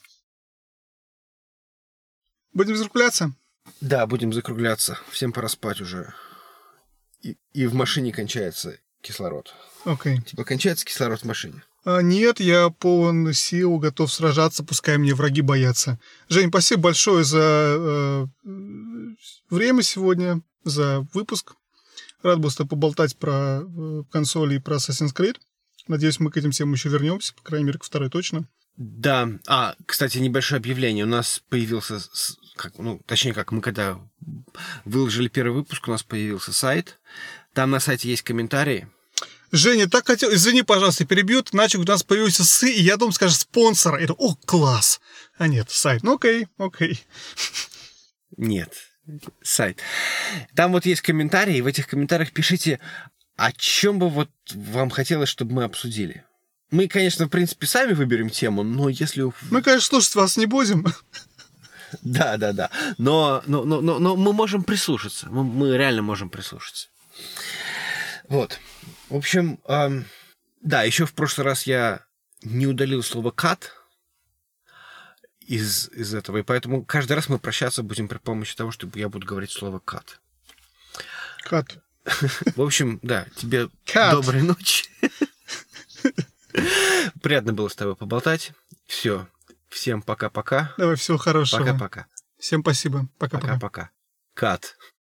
Будем закругляться? Да, будем закругляться. Всем пора спать уже. И, и в машине кончается кислород. Окей. Типа кончается кислород в машине. А, нет, я полон сил, готов сражаться, пускай мне враги боятся. Жень, спасибо большое за э, время сегодня, за выпуск. Рад был с тобой поболтать про э, консоли и про Assassin's Creed. Надеюсь, мы к этим всем еще вернемся, по крайней мере, к второй точно. Да. А, кстати, небольшое объявление. У нас появился, как, ну, точнее, как мы когда выложили первый выпуск, у нас появился сайт. Там на сайте есть комментарии. Женя, так хотел... Извини, пожалуйста, перебьют. Иначе у нас появился сы, и я думаю, скажешь, спонсор. Это, о, класс. А нет, сайт. Ну, окей, окей. Нет, сайт. Там вот есть комментарии, и в этих комментариях пишите, о чем бы вот вам хотелось, чтобы мы обсудили. Мы, конечно, в принципе, сами выберем тему, но если... Мы, конечно, слушать вас не будем. Да, да, да. Но, но, но, но, но мы можем прислушаться. Мы, мы реально можем прислушаться. Вот. В общем, эм, да, еще в прошлый раз я не удалил слово «cut» из, из этого, и поэтому каждый раз мы прощаться будем при помощи того, что я буду говорить слово «cut». Cut. В общем, да, тебе Cut. Доброй ночи. Приятно было с тобой поболтать. Все. Всем пока-пока. Давай, всего хорошего. Пока-пока. Всем спасибо. Пока-пока. Пока-пока. Cut.